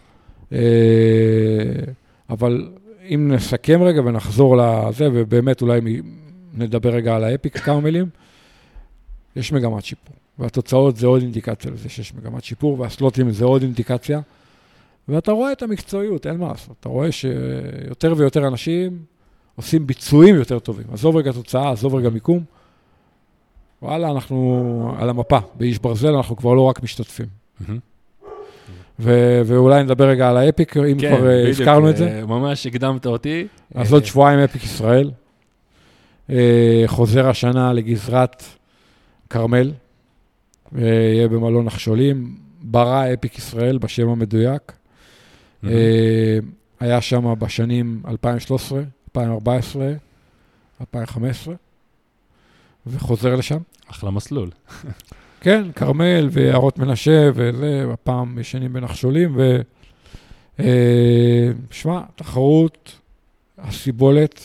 אבל אם נסכם רגע ונחזור לזה, ובאמת אולי נדבר רגע על האפיק כמה מילים, יש מגמת שיפור, והתוצאות זה עוד אינדיקציה לזה שיש מגמת שיפור, והסלוטים זה עוד אינדיקציה, ואתה רואה את המקצועיות, אין מה לעשות, אתה רואה שיותר ויותר אנשים עושים ביצועים יותר טובים, עזוב רגע תוצאה, עזוב רגע מיקום, וואלה, אנחנו על המפה, באיש ברזל אנחנו כבר לא רק משתתפים. ו- ואולי נדבר רגע על האפיק, אם כן, כבר בדיוק, הזכרנו את זה. ממש הקדמת אותי. אז עוד שבועיים אפיק ישראל, חוזר השנה לגזרת קרמל, ויהיה במלון נחשולים, ברא אפיק ישראל בשם המדויק. היה שם בשנים אלפיים ושלוש עשרה, אלפיים וארבע עשרה, אלפיים וחמש עשרה, וחוזר לשם. אחלה מסלול. כן, קרמל וערות מנשה, וזה, הפעם ישנים בנחשולים, ושמע, תחרות, הסיבולת,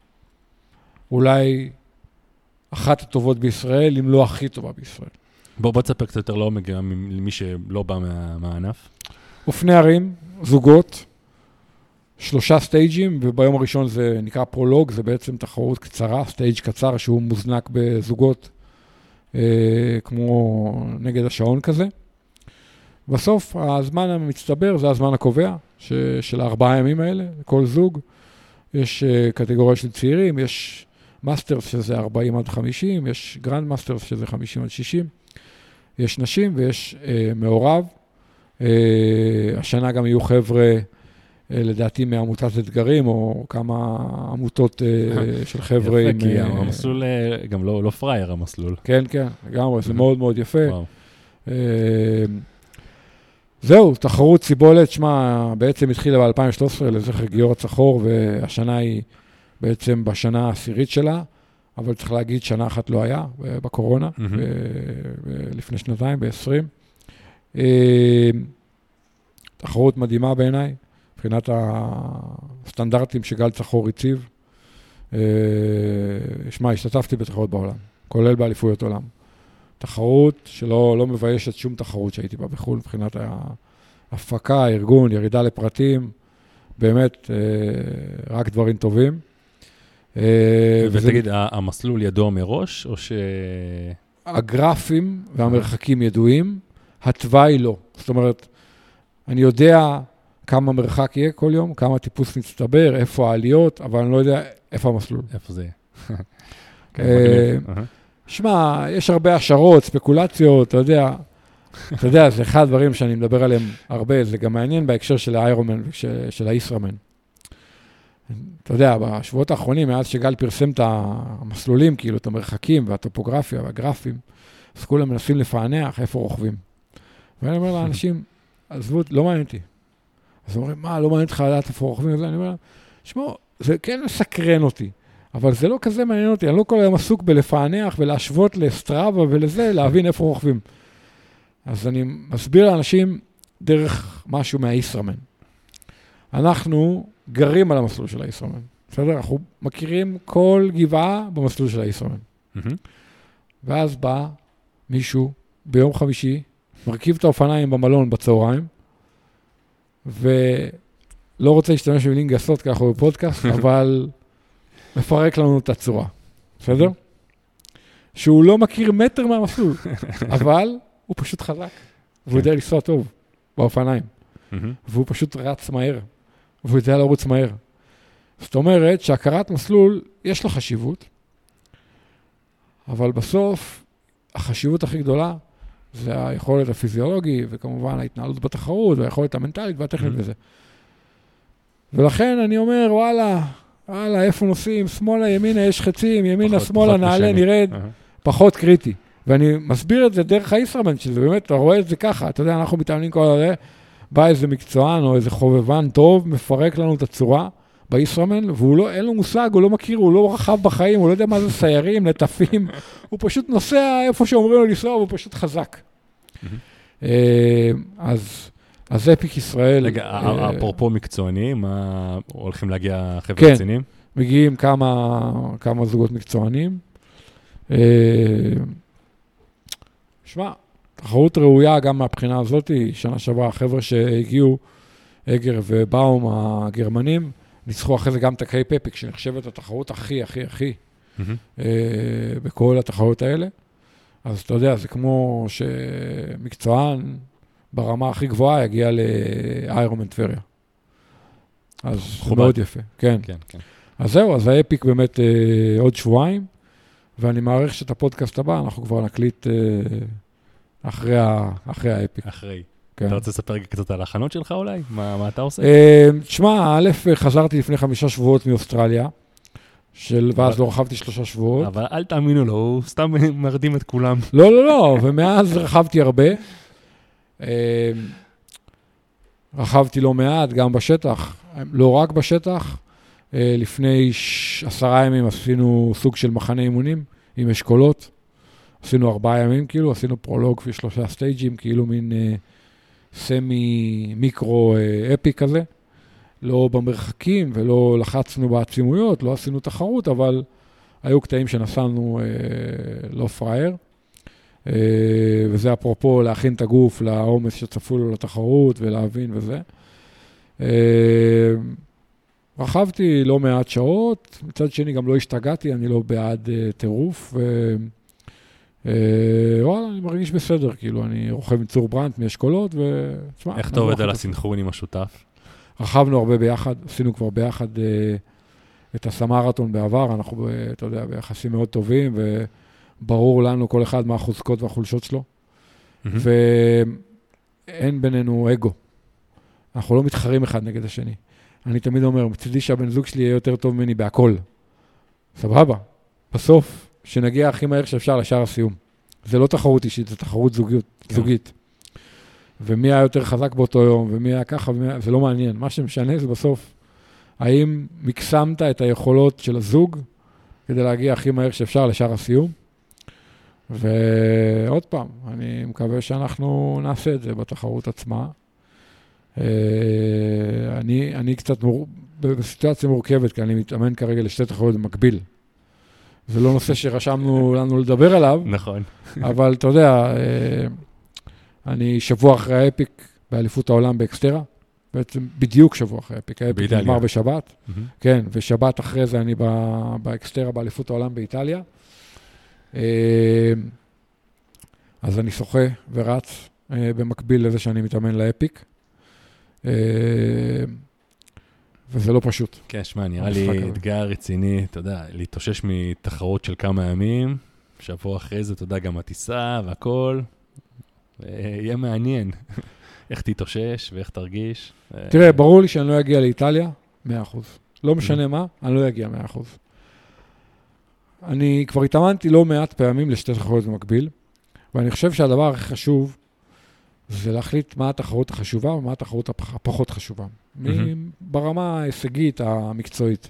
אולי אחת הטובות בישראל, אם לא הכי טובה בישראל. בוא, בוא תספר קצת יותר לעומק, למי שלא בא מה, מהענף. אופני ערים, זוגות, שלושה סטייג'ים, וביום הראשון זה נקרא פרולוג, זה בעצם תחרות קצרה, סטייג' קצר שהוא מוזנק בזוגות, אה, כמו נגד השעון כזה. בסוף, הזמן המצטבר זה הזמן הקובע, ש, של הארבעה ימים האלה, כל זוג. יש אה, קטגוריה של צעירים, יש מאסטרס שזה ארבעים עד חמישים, יש גרנד מאסטרס שזה חמישים עד שישים, יש נשים ויש אה, מעורב. אה, השנה גם יהיו חבר'ה, לדעתי מעמותת אתגרים, או כמה עמותות של חבר'ה. יפה, כי המסלול גם לא פרייר המסלול. כן, כן, לגמרי, זה מאוד מאוד יפה. זהו, תחרות סיבולת, שמה, בעצם התחילה ב-אלפיים ושלוש עשרה לזכר גיורא צחור, והשנה היא בעצם בשנה העשירית שלה, אבל צריך להגיד, שנה אחת לא היה, בקורונה, לפני שנתיים, ב-עשרים. תחרות מדהימה בעיניי. מבחינת הסטנדרטים שגל צחור הציב, שמע, השתתפתי בתחרות בעולם, כולל באליפויות עולם. תחרות שלא לא מביישת שום תחרות שהייתי בה בחו"ל, מבחינת ההפקה, הארגון, ירידה לפרטים, באמת רק דברים טובים. ותגיד, המסלול ידוע מראש, או ש... הגרפים והמרחקים ידועים, התוואי לא. זאת אומרת, אני יודע... כמה מרחק יהיה כל יום, כמה טיפוס מצטבר, איפה העליות, אבל אני לא יודע איפה המסלול. איפה זה יהיה. שמע, יש הרבה השערות, ספקולציות, אתה יודע, אתה יודע, זה אחד הדברים שאני מדבר עליהם הרבה, זה גם מעניין בהקשר של האיירומן ושל הישראמן. אתה יודע, בשבועות האחרונים, מאז שגל פרסם את המסלולים, כאילו את המרחקים והטופוגרפיה והגרפים, אז כולם מנסים לפענח איפה רוכבים. ואני אומר לאנשים, עזבו, לא מעניין אותי. אז אומרים, מה, לא מעניין אותך לדעת איפה רוכבים וזה? אני אומר, שמעו, זה כן מסקרן אותי, אבל זה לא כזה מעניין אותי, אני לא כל היום עסוק בלפענח ולהשוות לסטראבה ולזה, להבין איפה רוכבים. אז אני מסביר לאנשים דרך משהו מהישראמן. אנחנו גרים על המסלול של הישראמן, בסדר? אנחנו מכירים כל גבעה במסלול של הישראמן. ואז בא מישהו ביום חמישי, מרכיב את האופניים במלון בצהריים, ולא רוצה להשתמש במילים גסות ככה בפודקאסט, אבל מפרק לנו את הצורה, בסדר? שהוא לא מכיר מטר מהמסלול, אבל הוא פשוט חזק, והוא יודע לנסוע טוב באופניים, והוא פשוט רץ מהר, והוא יודע לרוץ מהר. זאת אומרת שהכרת מסלול יש לה חשיבות, אבל בסוף החשיבות הכי גדולה, זה היכולת הפיזיולוגי, וכמובן ההתנהלות בתחרות, והיכולת המנטלית והטכנית וזה. ולכן אני אומר, וואלה, וואלה, איפה נוסעים? שמאלה, ימינה, יש חצים, ימינה, שמאלה, נעלה, נרד, פחות קריטי. ואני מסביר את זה דרך הישראמן, שזה באמת, אתה רואה את זה ככה, אתה יודע, אנחנו מתאמנים כל הרי, בא איזה מקצוען או איזה חובבן טוב, מפרק לנו את הצורה, בישראמן, והוא לא, אין לו מושג, הוא לא מכיר, הוא לא רחב בחיים, הוא לא יודע מה זה סיירים, נטפים, הוא פשוט נוסע איפה שאומרים לו לנסוע, הוא פשוט חזק. אז, אז אפיק ישראל... רגע, אפרופו מקצוענים, מה הולכים להגיע חבר'ה רציניים? כן, מגיעים כמה, כמה זוגות מקצוענים. שמע, תחרות ראויה גם מהבחינה הזאת, שנה שעברה, החבר'ה שהגיעו, אגר ובאום הגרמנים, ניצחו אחרי זה גם את הקייפ אפיק, שנחשבת התחרות הכי, הכי, הכי, mm-hmm. בכל התחרות האלה. אז אתה יודע, זה כמו שמקצוען ברמה הכי גבוהה יגיע לאיירומן טבריה. אז זה מאוד יפה. כן. כן, כן. אז זהו, אז האפיק באמת אה, עוד שבועיים, ואני מעריך שאת הפודקאסט הבא, אנחנו כבר נקליט אה, אחרי, ה, אחרי האפיק. אחרי. כן. אתה רוצה לספר קצת על ההכנות שלך אולי? מה, מה אתה עושה? אה, תשמע, א', חזרתי לפני חמישה שבועות מאוסטרליה, של, ואז לא רכבתי שלושה שבועות. אבל אל תאמינו לו, הוא סתם מרדים את כולם. לא, לא, לא, ומאז רכבתי הרבה. רכבתי לא מעט, גם בשטח, לא רק בשטח. לפני עשרה ימים עשינו סוג של מחנה אימונים עם אשכולות. עשינו ארבעה ימים, כאילו, עשינו פרולוג ושלושה סטייג'ים, כאילו מין סמי מיקרו אפי כזה. לא במרחקים ולא לחצנו בעצימויות, לא עשינו תחרות, אבל היו קטעים שנסענו אה, לא פרייר, אה, וזה אפרופו להכין את הגוף לעומס שצפו לו לתחרות ולהבין וזה. אה, רכבתי לא מעט שעות, מצד שני גם לא השתגעתי, אני לא בעד אה, טירוף, ו... אה, וואלה, אני מרגיש בסדר, כאילו, אני רוכב עם צור ברנט מאשכולות, ו... איך אתה עובד על הסינכרון עם השותף? רכבנו הרבה ביחד, עשינו כבר ביחד אה, את הסמרתון בעבר, אנחנו, אתה יודע, ביחסים מאוד טובים, וברור לנו כל אחד מה החוזקות והחולשות שלו, mm-hmm. ואין בינינו אגו. אנחנו לא מתחרים אחד נגד השני. אני תמיד אומר, מצידי שהבן זוג שלי יהיה יותר טוב ממני בהכל. סבבה. בסוף, שנגיע הכי מהר שאפשר לשאר הסיום. זה לא תחרות אישית, זה תחרות זוגיות, כן. זוגית. ומי היה יותר חזק באותו יום, ומי היה ככה, ומי... זה לא מעניין. מה שמשנה זה בסוף, האם מקסמת את היכולות של הזוג, כדי להגיע הכי מהר שאפשר לשאר הסיום. ועוד פעם, אני מקווה שאנחנו נעשה את זה בתחרות עצמה. אני, אני קצת מור... בסיטואציה מורכבת, כי אני מתאמן כרגע לשתי תחרות במקביל. זה לא נושא שרשמנו לנו לדבר עליו. נכון. אבל אתה יודע, אני שבוע אחרי האפיק באליפות העולם באקסטרה, בעצם בדיוק שבוע אחרי האפיק, האפיק נגמר בשבת, mm-hmm. כן, ושבת אחרי זה אני בא, באקסטרה באליפות העולם באיטליה. אז אני שוחה ורץ במקביל לזה שאני מתאמן לאפיק, וזה לא פשוט. כן, שמע, נראה לי אתגר רציני, אתה יודע, להתאושש מתחרות של כמה ימים, שבוע אחרי זה, אתה יודע, גם הטיסה והכל, יהיה מעניין איך תתאושש ואיך תרגיש. תראה, ברור לי שאני לא אגיע לאיטליה, מאה אחוז. לא משנה מה, אני לא אגיע מאה אחוז. אני כבר התאמנתי לא מעט פעמים לשתי תחרויות במקביל, ואני חושב שהדבר הכי חשוב זה להחליט מה התחרות החשובה ומה התחרות הפחות חשובה. ברמה ההישגית המקצועית.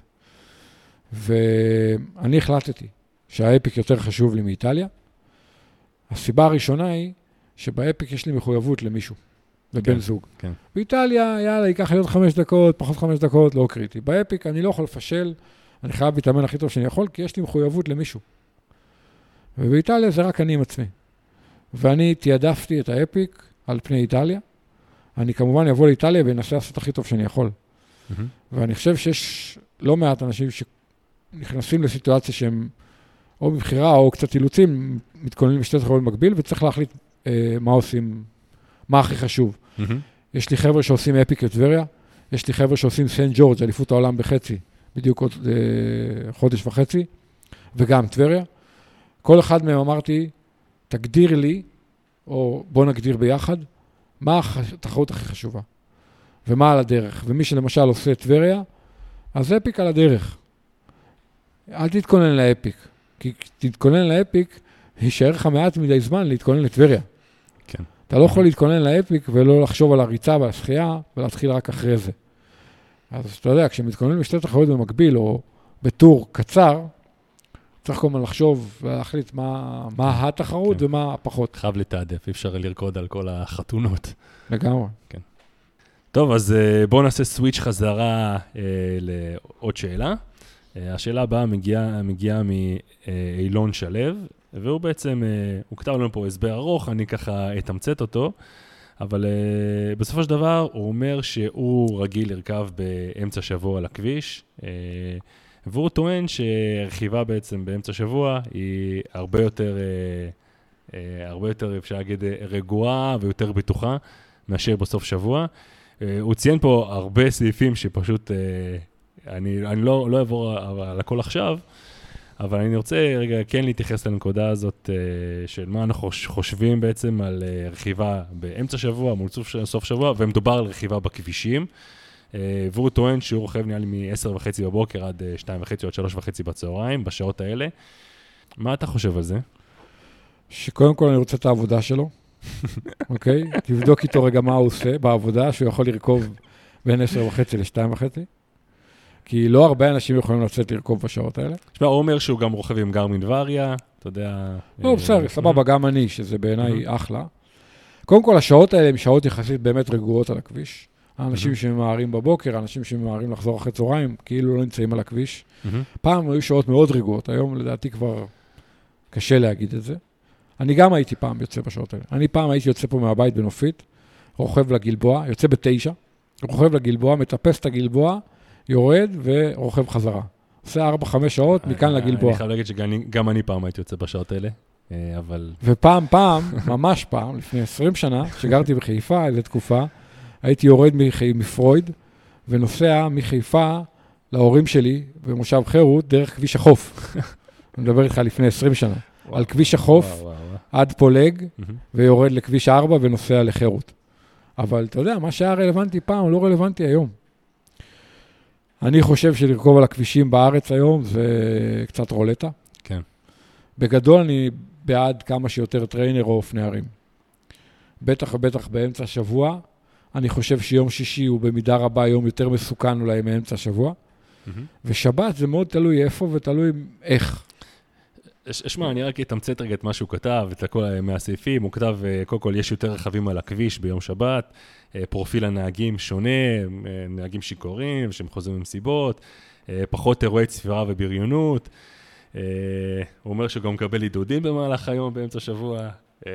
ואני החלטתי שהאפיק יותר חשוב לי מאיטליה. הסיבה הראשונה היא שבאפיק יש לי מחויבות למישהו, לבן כן, זוג. כן. באיטליה, יאללה, ייקח לי עוד חמש דקות, פחות חמש דקות, לא קריטי. באפיק אני לא יכול לפשל, אני חייב להתאמן הכי טוב שאני יכול, כי יש לי מחויבות למישהו. ובאיטליה זה רק אני עם עצמי. ואני תיעדפתי את האפיק על פני איטליה. אני כמובן אבוא לאיטליה ואנסה לעשות הכי טוב שאני יכול. Mm-hmm. ואני חושב שיש לא מעט אנשים שנכנסים לסיטואציה שהם או מבחירה או קצת אילוצים, מתכוננים לשתי תחרויות במקביל, וצריך להחליט אה, מה עושים, מה הכי חשוב. Mm-hmm. יש לי חבר'ה שעושים אפיק לטבריה, יש לי חבר'ה שעושים סנט ג'ורג' אליפות העולם בחצי, בדיוק עוד אה, חודש וחצי, וגם טבריה. כל אחד מהם אמרתי, תגדיר לי, או בוא נגדיר ביחד, מה התחרות הכי חשובה, ומה על הדרך. ומי שלמשל עושה טבריה, אז אפיק על הדרך. אל תתכונן לאפיק, כי תתכונן לאפיק, יישאר לך מעט מדי זמן להתכונן לטבריה. כן. אתה לא יכול להתכונן לאפיק ולא לחשוב על הריצה והשחייה, ולהתחיל רק אחרי זה. אז אתה יודע, כשמתכוננים לשתי תחרויות במקביל, או בטור קצר, צריך כל הזמן לחשוב ולהחליט מה, מה התחרות כן. ומה פחות. חייב לתעדף, אי אפשר לרקוד על כל החתונות. לגמרי. כן. טוב, אז בואו נעשה סוויץ' חזרה אה, לעוד שאלה. אה, השאלה הבאה מגיעה, מגיעה מאילון שלו, והוא בעצם, אה, הוא כתב לנו פה הסבר ארוך, אני ככה אתמצת אותו, אבל uh, בסופו של דבר הוא אומר שהוא רגיל לרכב באמצע שבוע על הכביש, uh, והוא טוען שרכיבה בעצם באמצע שבוע היא הרבה יותר, uh, uh, הרבה יותר אפשר להגיד רגועה ויותר בטוחה מאשר בסוף שבוע. Uh, הוא ציין פה הרבה סעיפים שפשוט, uh, אני, אני לא, לא אעבור על הכל עכשיו, אבל אני רוצה רגע כן להתייחס לנקודה הזאת uh, של מה אנחנו חושבים בעצם על uh, רכיבה באמצע שבוע, מול סוף, סוף שבוע, ומדובר על רכיבה בכבישים. Uh, והוא טוען שהוא רוכב נראה לי מ-עשר וחצי בבוקר עד uh, שתיים וחצי או עד שלוש וחצי בצהריים, בשעות האלה. מה אתה חושב על זה? שקודם כל אני רוצה את העבודה שלו, אוקיי? תבדוק איתו רגע מה הוא עושה בעבודה, שהוא יכול לרכוב בין עשר וחצי לשתיים וחצי. כי לא הרבה אנשים יכולים לצאת לרכוב בשעות האלה. תשמע, הוא אומר שהוא גם רוכב עם גרמין וריה, אתה יודע... לא, בסדר, סבבה, גם אני, שזה בעיניי אחלה. קודם כל, השעות האלה הן שעות יחסית באמת רגועות על הכביש. האנשים שממהרים בבוקר, האנשים שממהרים לחזור אחרי צהריים, כאילו לא נמצאים על הכביש. פעם היו שעות מאוד רגועות, היום לדעתי כבר קשה להגיד את זה. אני גם הייתי פעם יוצא בשעות האלה. אני פעם הייתי יוצא פה מהבית בנופית, רוכב לגלבוע, יוצא בתשע, רוכב לגלבוע, מטפס את הגלבוע, יורד ורוכב חזרה. עושה ארבע חמש שעות מכאן לגלבוע. אני חייב להגיד שגם אני פעם הייתי יוצא בשעות האלה, אבל... ופעם פעם, ממש פעם, לפני עשרים שנה, שגרתי בחיפה איזו תקופה, הייתי יורד מפרויד, ונוסע מחיפה להורים שלי במושב חירות דרך כביש החוף. אני מדבר איתך לפני עשרים שנה. על כביש החוף עד פולג, ויורד לכביש ארבע ונוסע לחירות. אבל אתה יודע, מה שהיה רלוונטי פעם לא רלוונטי היום. אני חושב שלרכוב על הכבישים בארץ היום זה קצת רולטה. כן. בגדול אני בעד כמה שיותר טריינר או אופני הרים. בטח ובטח באמצע השבוע. אני חושב שיום שישי הוא במידה רבה יום יותר מסוכן אולי מאמצע השבוע. Mm-hmm. ושבת זה מאוד תלוי איפה ותלוי איך. שמע, אני רק אתמצת רגע את מה שהוא כתב, את הכל מהסעיפים. הוא כתב, קודם כל, יש יותר רכבים על הכביש ביום שבת, פרופיל הנהגים שונה, נהגים שיכורים, שהם חוזרים ממסיבות, פחות אירועי צפירה ובריונות. הוא אומר שהוא גם מקבל עידודים במהלך היום, באמצע השבוע.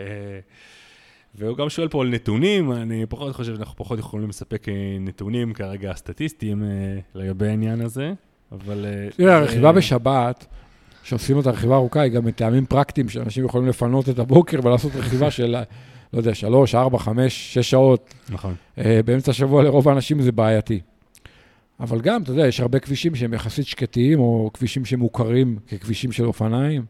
והוא גם שואל פה על נתונים, אני פחות חושב שאנחנו פחות יכולים לספק נתונים כרגע הסטטיסטיים לגבי העניין הזה, אבל... תראה, הרכיבה בשבת... שעושים את הרכיבה ארוכה, היא גם מטעמים פרקטיים, שאנשים יכולים לפנות את הבוקר ולעשות רכיבה של, לא יודע, שלוש, ארבע, חמש, שש שעות. נכון. באמצע השבוע לרוב האנשים זה בעייתי. אבל גם, אתה יודע, יש הרבה כבישים שהם יחסית שקטיים, או כבישים שמוכרים ככבישים של אופניים,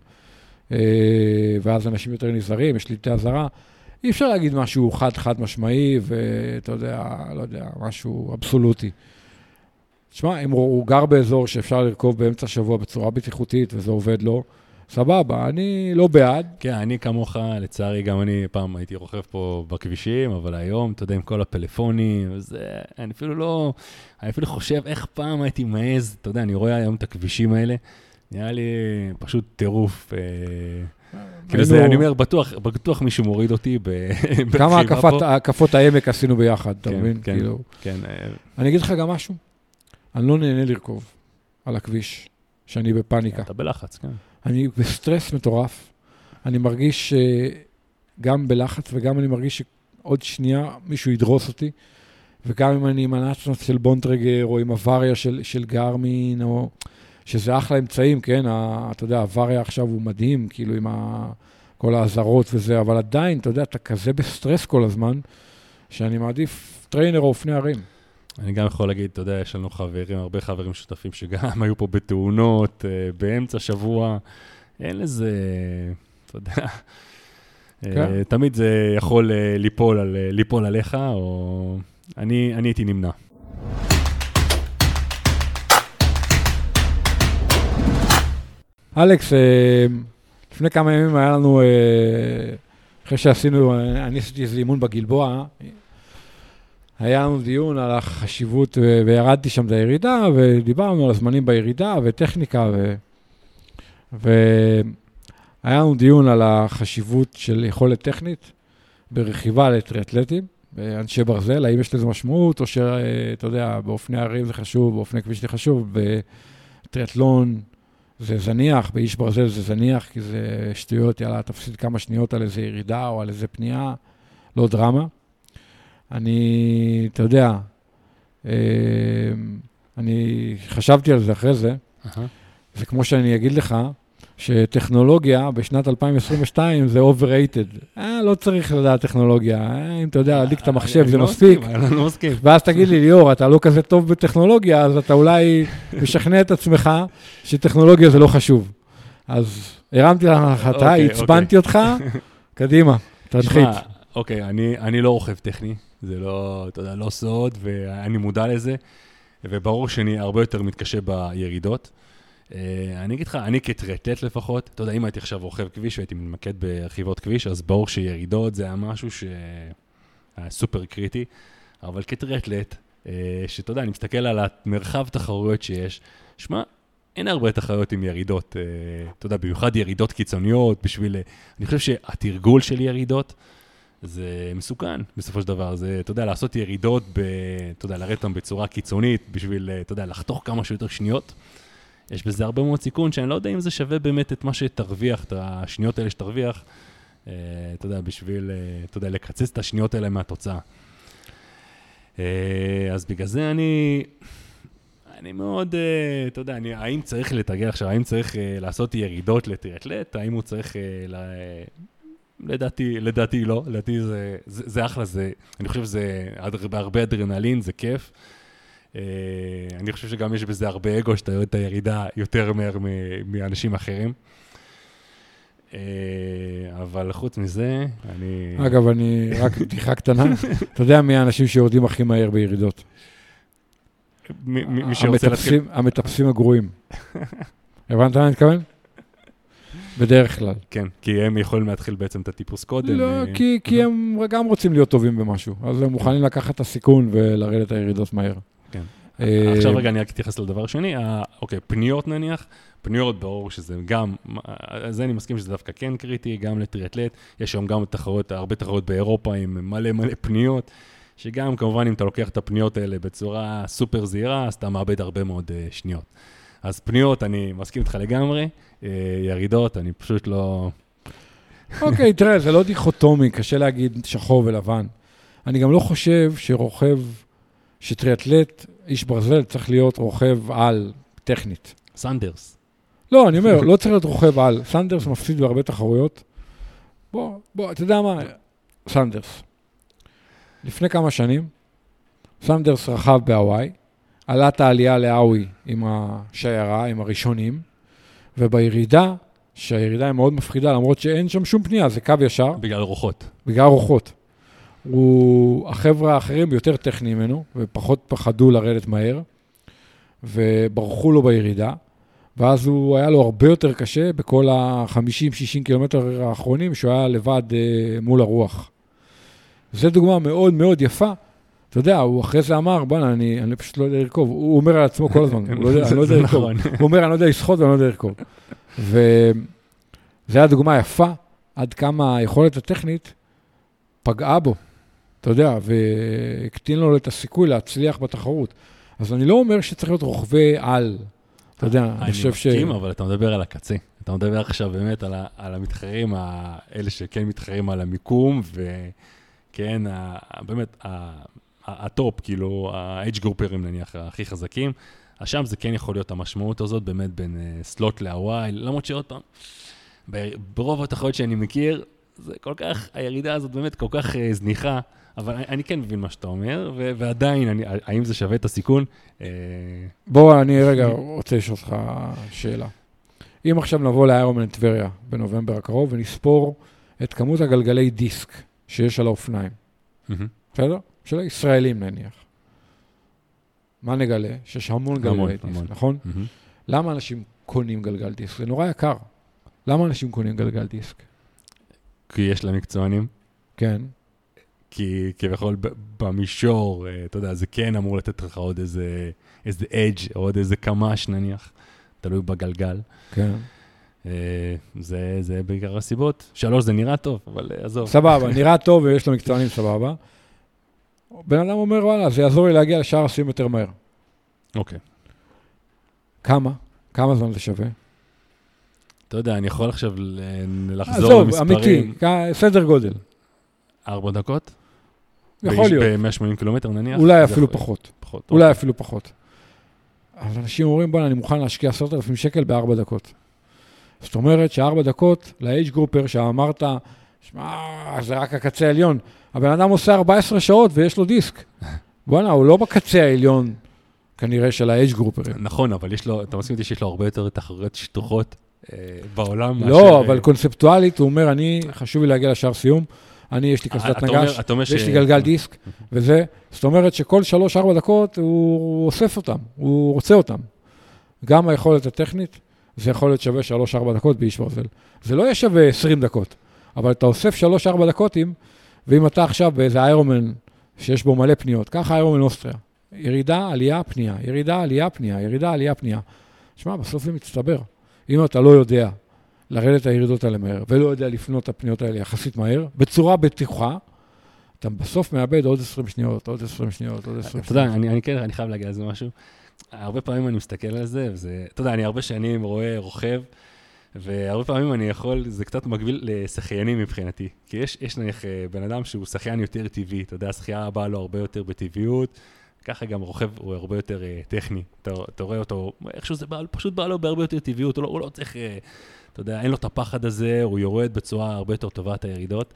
ואז אנשים יותר נזהרים, יש שליטי אזהרה. אי אפשר להגיד משהו חד-חד משמעי, ואתה יודע, לא יודע, משהו אבסולוטי. תשמע, אם הוא גר באזור שאפשר לרכוב באמצע השבוע בצורה בטיחותית, וזה עובד לו, סבבה, אני לא בעד. כן, אני כמוך, לצערי, גם אני פעם הייתי רוכב פה בכבישים, אבל היום, אתה יודע, עם כל הפלאפונים, זה, אני אפילו לא, אני אפילו חושב איך פעם הייתי מעז, אתה יודע, אני רואה היום את הכבישים האלה, נראה לי פשוט טירוף. כאילו זה, אני אומר, בטוח, בטוח מישהו מוריד אותי ברכיבה פה. כמה הקפות העמק עשינו ביחד, אתה מבין? כן, כן. אני אגיד לך גם משהו. אני לא נהנה לרכוב על הכביש, שאני בפאניקה. אתה בלחץ, כן. אני בסטרס מטורף. אני מרגיש גם בלחץ, וגם אני מרגיש שעוד שנייה מישהו ידרוס אותי, וגם אם אני עם הנאצנות של בונטרגר, או עם הווריה של, של גרמין, או שזה אחלה אמצעים, כן? אתה יודע, הווריה עכשיו הוא מדהים, כאילו עם ה, כל העזרות וזה, אבל עדיין, אתה יודע, אתה כזה בסטרס כל הזמן, שאני מעדיף טריינר או אופני הרים. אני גם יכול להגיד, אתה יודע, יש לנו חברים, הרבה חברים שותפים שגם היו פה בתאונות, באמצע שבוע, אין לזה, אתה יודע, כן. תמיד זה יכול ליפול, על, ליפול עליך, או אני, אני הייתי נמנע. אלכס, לפני כמה ימים היה לנו, אחרי שעשינו, אני עשיתי איזה אימון בגלבוע, היה לנו דיון על החשיבות, וירדתי שם את הירידה, ודיברנו על הזמנים בירידה, וטכניקה, ו... והיה לנו דיון על החשיבות של יכולת טכנית, ברכיבה לטריאטלטים, באנשי ברזל, האם יש לזה משמעות, או שאתה יודע, באופני הרים זה חשוב, באופני כביש זה חשוב, בטריאטלון זה זניח, באיש ברזל זה זניח, כי זה שטויות, יאללה, תפסיד כמה שניות על איזה ירידה או על איזה פנייה, לא דרמה. אני, אתה יודע, אני חשבתי על זה אחרי זה, זה כמו שאני אגיד לך, שטכנולוגיה בשנת אלפיים עשרים ושתיים זה overrated. אה, לא צריך לדעת טכנולוגיה. אה, אם אתה יודע, להדליק את המחשב זה מספיק. אני לא מסכים. ואז תגיד לי, ליאור, אתה לא כזה טוב בטכנולוגיה, אז אתה אולי משכנע את עצמך שטכנולוגיה זה לא חשוב. אז הרמתי להנחתה, הצבנתי אותך, קדימה, תנחית. אוקיי, אני לא רוכב טכני, זה לא, אתה יודע, לא סוד, ואני מודע לזה, וברור שאני הרבה יותר מתקשה בירידות. אני אגיד לך, אני כטריאטלט לפחות, אתה יודע, אם הייתי עכשיו רוכב כביש והייתי מתמקד ברכיבות כביש, אז ברור שירידות זה היה משהו שהיה סופר קריטי, אבל כטריאטלט, שאתה יודע, אני מסתכל על המרחב תחרויות שיש, שמה, אין הרבה תחרויות עם ירידות, אתה יודע, במיוחד ירידות קיצוניות, בשביל, אני חושב שהתרגול של ירידות, זה מסוכן בסופו של דבר, זה, אתה יודע, לעשות ירידות, ב, אתה יודע, לרדת אותם בצורה קיצונית, בשביל, אתה יודע, לחתוך כמה שיותר שניות, יש בזה הרבה מאוד סיכון, שאני לא יודע אם זה שווה באמת את מה שתרוויח, את השניות האלה שתרוויח, אה, אתה יודע, בשביל, אה, אתה יודע, לקצץ את השניות האלה מהתוצאה. אה, אז בגלל זה אני, אני מאוד, אה, אתה יודע, אני, האם צריך לתרגל עכשיו, האם צריך אה, לעשות ירידות לטריאטלט, האם הוא צריך, אה, ל, אה, לדעתי, לדעתי לא, לדעתי זה, זה, זה אחלה, זה, אני חושב שזה הרבה אדרנלין, זה כיף, Uh, אני חושב שגם יש בזה הרבה אגו, שאתה יורד את הירידה יותר מהר מאנשים אחרים. Uh, אבל חוץ מזה, אני... אגב, אני רק פתיחה קטנה, אתה יודע מי האנשים שיורדים הכי מהר בירידות? מי שרוצה להתחיל... המטפסים הגרועים. הבנת מה אני מתכוון? בדרך כלל. כן, כי הם יכולים להתחיל בעצם את הטיפוס קודם. לא, כי הם גם רוצים להיות טובים במשהו, אז הם מוכנים לקחת את הסיכון ולרדת את הירידות מהר. כן. עכשיו רגע אני רק אתייחס לדבר שני, אוקיי, פניות נניח, פניות ברור שזה גם, זה אני מסכים שזה דווקא כן קריטי, גם לטריאטלט, יש היום גם תחרויות, הרבה תחרויות באירופה עם מלא מלא פניות, שגם כמובן אם אתה לוקח את הפניות האלה בצורה סופר זהירה, אז אתה מאבד הרבה מאוד שניות. אז פניות, אני מסכים איתך לגמרי, ירידות, אני פשוט לא... אוקיי, תראה, זה לא דיכוטומי, קשה להגיד שחור ולבן. אני גם לא חושב שרוכב, שטריאטלט, איש ברזל, צריך להיות רוכב על טכנית. סנדרס. לא, אני אומר, לא צריך להיות רוכב על. סנדרס מפסיד בהרבה תחרויות. בוא, בוא, אתה יודע מה? סנדרס. לפני כמה שנים, סנדרס רכב בהוואי, עלה את העלייה להאווי עם השיירה, עם הראשונים, ובירידה, שהירידה היא מאוד מפחידה, למרות שאין שם שום פנייה, זה קו ישר. בגלל רוחות. בגלל רוחות. הוא, החבר'ה האחרים יותר טכניים ממנו, ופחות פחדו לרדת מהר, וברחו לו בירידה, ואז הוא היה לו הרבה יותר קשה בכל ה-חמישים שישים קילומטר האחרונים, שהוא היה לבד אה, מול הרוח. זו דוגמה מאוד מאוד יפה. אתה יודע, הוא אחרי זה אמר, בוא'נה, אני, אני פשוט לא יודע לרכוב. הוא אומר על עצמו כל הזמן, הוא לא יודע, אני לא יודע לרכוב. הוא אומר, אני לא יודע לשחות ואני לא יודע לרכוב. וזו הייתה דוגמה יפה, עד כמה היכולת הטכנית פגעה בו, אתה יודע, והקטין לו את הסיכוי להצליח בתחרות. אז אני לא אומר שצריך להיות רוכבי על, אתה יודע, אני חושב ש... אני מסכים, אבל אתה מדבר על הקצה. אתה מדבר עכשיו באמת על, על המתחרים, האלה שכן מתחרים על המיקום, וכן, באמת, הטופ, כאילו, ה-H גרופרים נניח, הכי חזקים, אז שם זה כן יכול להיות המשמעות הזאת, באמת בין סלוט להוואי, למרות שעוד פעם, ברוב התחרויות שאני מכיר, זה כל כך, הירידה הזאת באמת כל כך זניחה, אבל אני, אני כן מבין מה שאתה אומר, ו- ועדיין, אני, האם זה שווה את הסיכון? בוא, אני רגע רוצה לשאול אותך שאלה. אם עכשיו נבוא לאיירומן טבריה בנובמבר הקרוב, ונספור את כמות הגלגלי דיסק שיש על האופניים, בסדר? של הישראלים נניח. מה נגלה? שיש המון גלגלי דיסק, נכון? למה אנשים קונים גלגל דיסק? זה נורא יקר. למה אנשים קונים גלגל דיסק? כי יש להם מקצוענים. כן. כי כביכול במישור, אתה יודע, זה כן אמור לתת לך עוד איזה, איזה אדג' או עוד איזה קמש נניח, תלוי בגלגל. כן. זה, זה בעיקר הסיבות. שלוש, זה נראה טוב, אבל עזוב. סבבה, נראה טוב ויש לו מקצוענים סבבה. בן אדם אומר, וואלה, זה יעזור לי להגיע לשער הסיום יותר מהר. אוקיי. כמה? כמה זמן זה שווה? אתה יודע, אני יכול עכשיו לחזור למספרים. עזוב, אמיתי, סדר גודל. ארבע דקות? יכול להיות. ב-מאה ושמונים קילומטר נניח? אולי אפילו פחות. פחות. אולי אפילו פחות. אז אנשים אומרים, בוא'נה, אני מוכן להשקיע עשרת אלפים שקל בארבע דקות. זאת אומרת שארבע דקות לאייג' גרופר שאמרת, שמע, זה רק הקצה העליון. הבן אדם עושה ארבע עשרה שעות ויש לו דיסק. בוא'נה, הוא לא בקצה העליון, כנראה, של האייג' גרופר. נכון, אבל יש לו, אתה מסכים אותי שיש לו הרבה יותר תחרויות שטוחות בעולם. לא, אבל קונספטואלית, הוא אומר, אני, חשוב לי להגיע לשער סיום, אני, יש לי קסדת נגש, ויש לי גלגל דיסק, וזה, זאת אומרת שכל שלוש, ארבע דקות הוא אוסף אותם, הוא רוצה אותם. גם היכולת הטכנית, זה יכול להיות שווה שלוש, ארבע דקות באיש ברזל. זה לא יהיה שווה עשרים דקות, אבל אתה אוסף שלוש, ארבע דקותים, ואם אתה עכשיו באיזה איירומן שיש בו מלא פניות, ככה איירומן אוסטריה, ירידה, עלייה, פנייה, ירידה, עלייה, פנייה, ירידה, עלייה, פנייה. שמע, בסוף זה מצטבר. אם אתה לא יודע לרדת את הירידות האלה מהר, ולא יודע לפנות את הפניות האלה יחסית מהר, בצורה בטוחה, אתה בסוף מאבד עוד עשרים שניות, עוד עשרים שניות, עוד עשרים שניות. אתה יודע, אני, אני, כן, אני חייב להגיד על זה משהו. הרבה פעמים אני מסתכל על זה, וזה, אתה יודע, אני הרבה שנים רואה רוכב, והרבה פעמים אני יכול, זה קצת מקביל לשחיינים מבחינתי. כי יש, יש נניח בן אדם שהוא שחיין יותר טבעי, אתה יודע, השחייה באה לו הרבה יותר בטבעיות, ככה גם רוכב הוא הרבה יותר uh, טכני. אתה, אתה רואה אותו, איכשהו זה בא, פשוט בא לו בהרבה יותר טבעיות, הוא לא, הוא לא צריך, uh, אתה יודע, אין לו את הפחד הזה, הוא יורד בצורה הרבה יותר טובה את הירידות.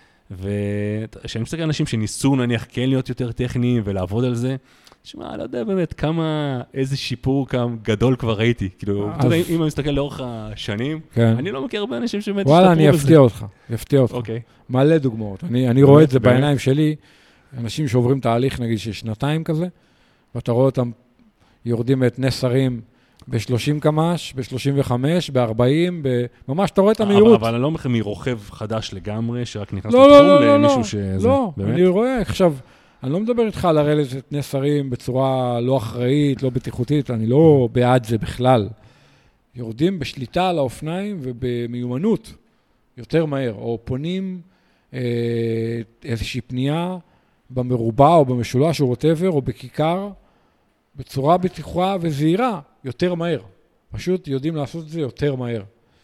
וכשאני מסתכל על אנשים שניסו נניח כן להיות יותר טכניים ולעבוד על זה, שמע, לא יודע באמת כמה, איזה שיפור כמה גדול כבר ראיתי. כאילו, אתה יודע, אם אני מסתכל לאורך השנים, אני לא מכיר הרבה אנשים שבאמת השתפרו בזה. וואלה, אני אפתיע אותך, אפתיע אותך. מלא דוגמאות. אני רואה את זה בעיניים שלי, אנשים שעוברים תהליך, נגיד, של שנתיים כזה, ואתה רואה אותם יורדים את נסרים ב-שלושים קמ"ש, ב-שלושים וחמש, ב-ארבעים, ממש אתה רואה את המהירות. אבל אני לא מכיר מרוכב חדש לגמרי, שרק נכנס לתחום למישהו שזה... לא, אני רואה, עכשיו, אני לא מדבר איתך על הרלת את נסרים בצורה לא אחראית, לא בטיחותית, אני לא בעד זה בכלל. יורדים בשליטה על האופניים ובמיומנות יותר מהר, או פונים איזושהי פנייה, במרובע או במשולש או whatever, או בכיכר, בצורה בטוחה וזהירה, יותר מהר. פשוט יודעים לעשות את זה יותר מהר.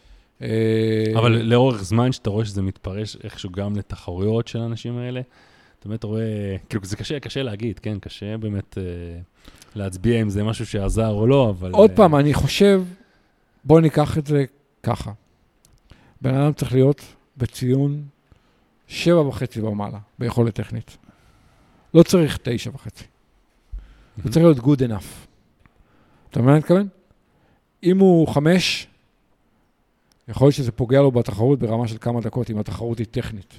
אבל לאורך זמן שאתה רואה שזה מתפרש איכשהו גם לתחרויות של האנשים האלה, אתה באמת רואה, כאילו זה קשה, קשה להגיד, כן? קשה באמת להצביע אם זה משהו שעזר או לא, אבל... עוד פעם, אני חושב, בוא ניקח את זה ככה. בן אדם צריך להיות בציון שבע וחצי ומעלה, ביכולת טכנית. לא צריך תשע וחצי. הוא צריך להיות good enough. אתה מבין מה אני מתכוון? אם הוא חמש, יכול להיות שזה פוגע לו בתחרות ברמה של כמה דקות, אם התחרות היא טכנית.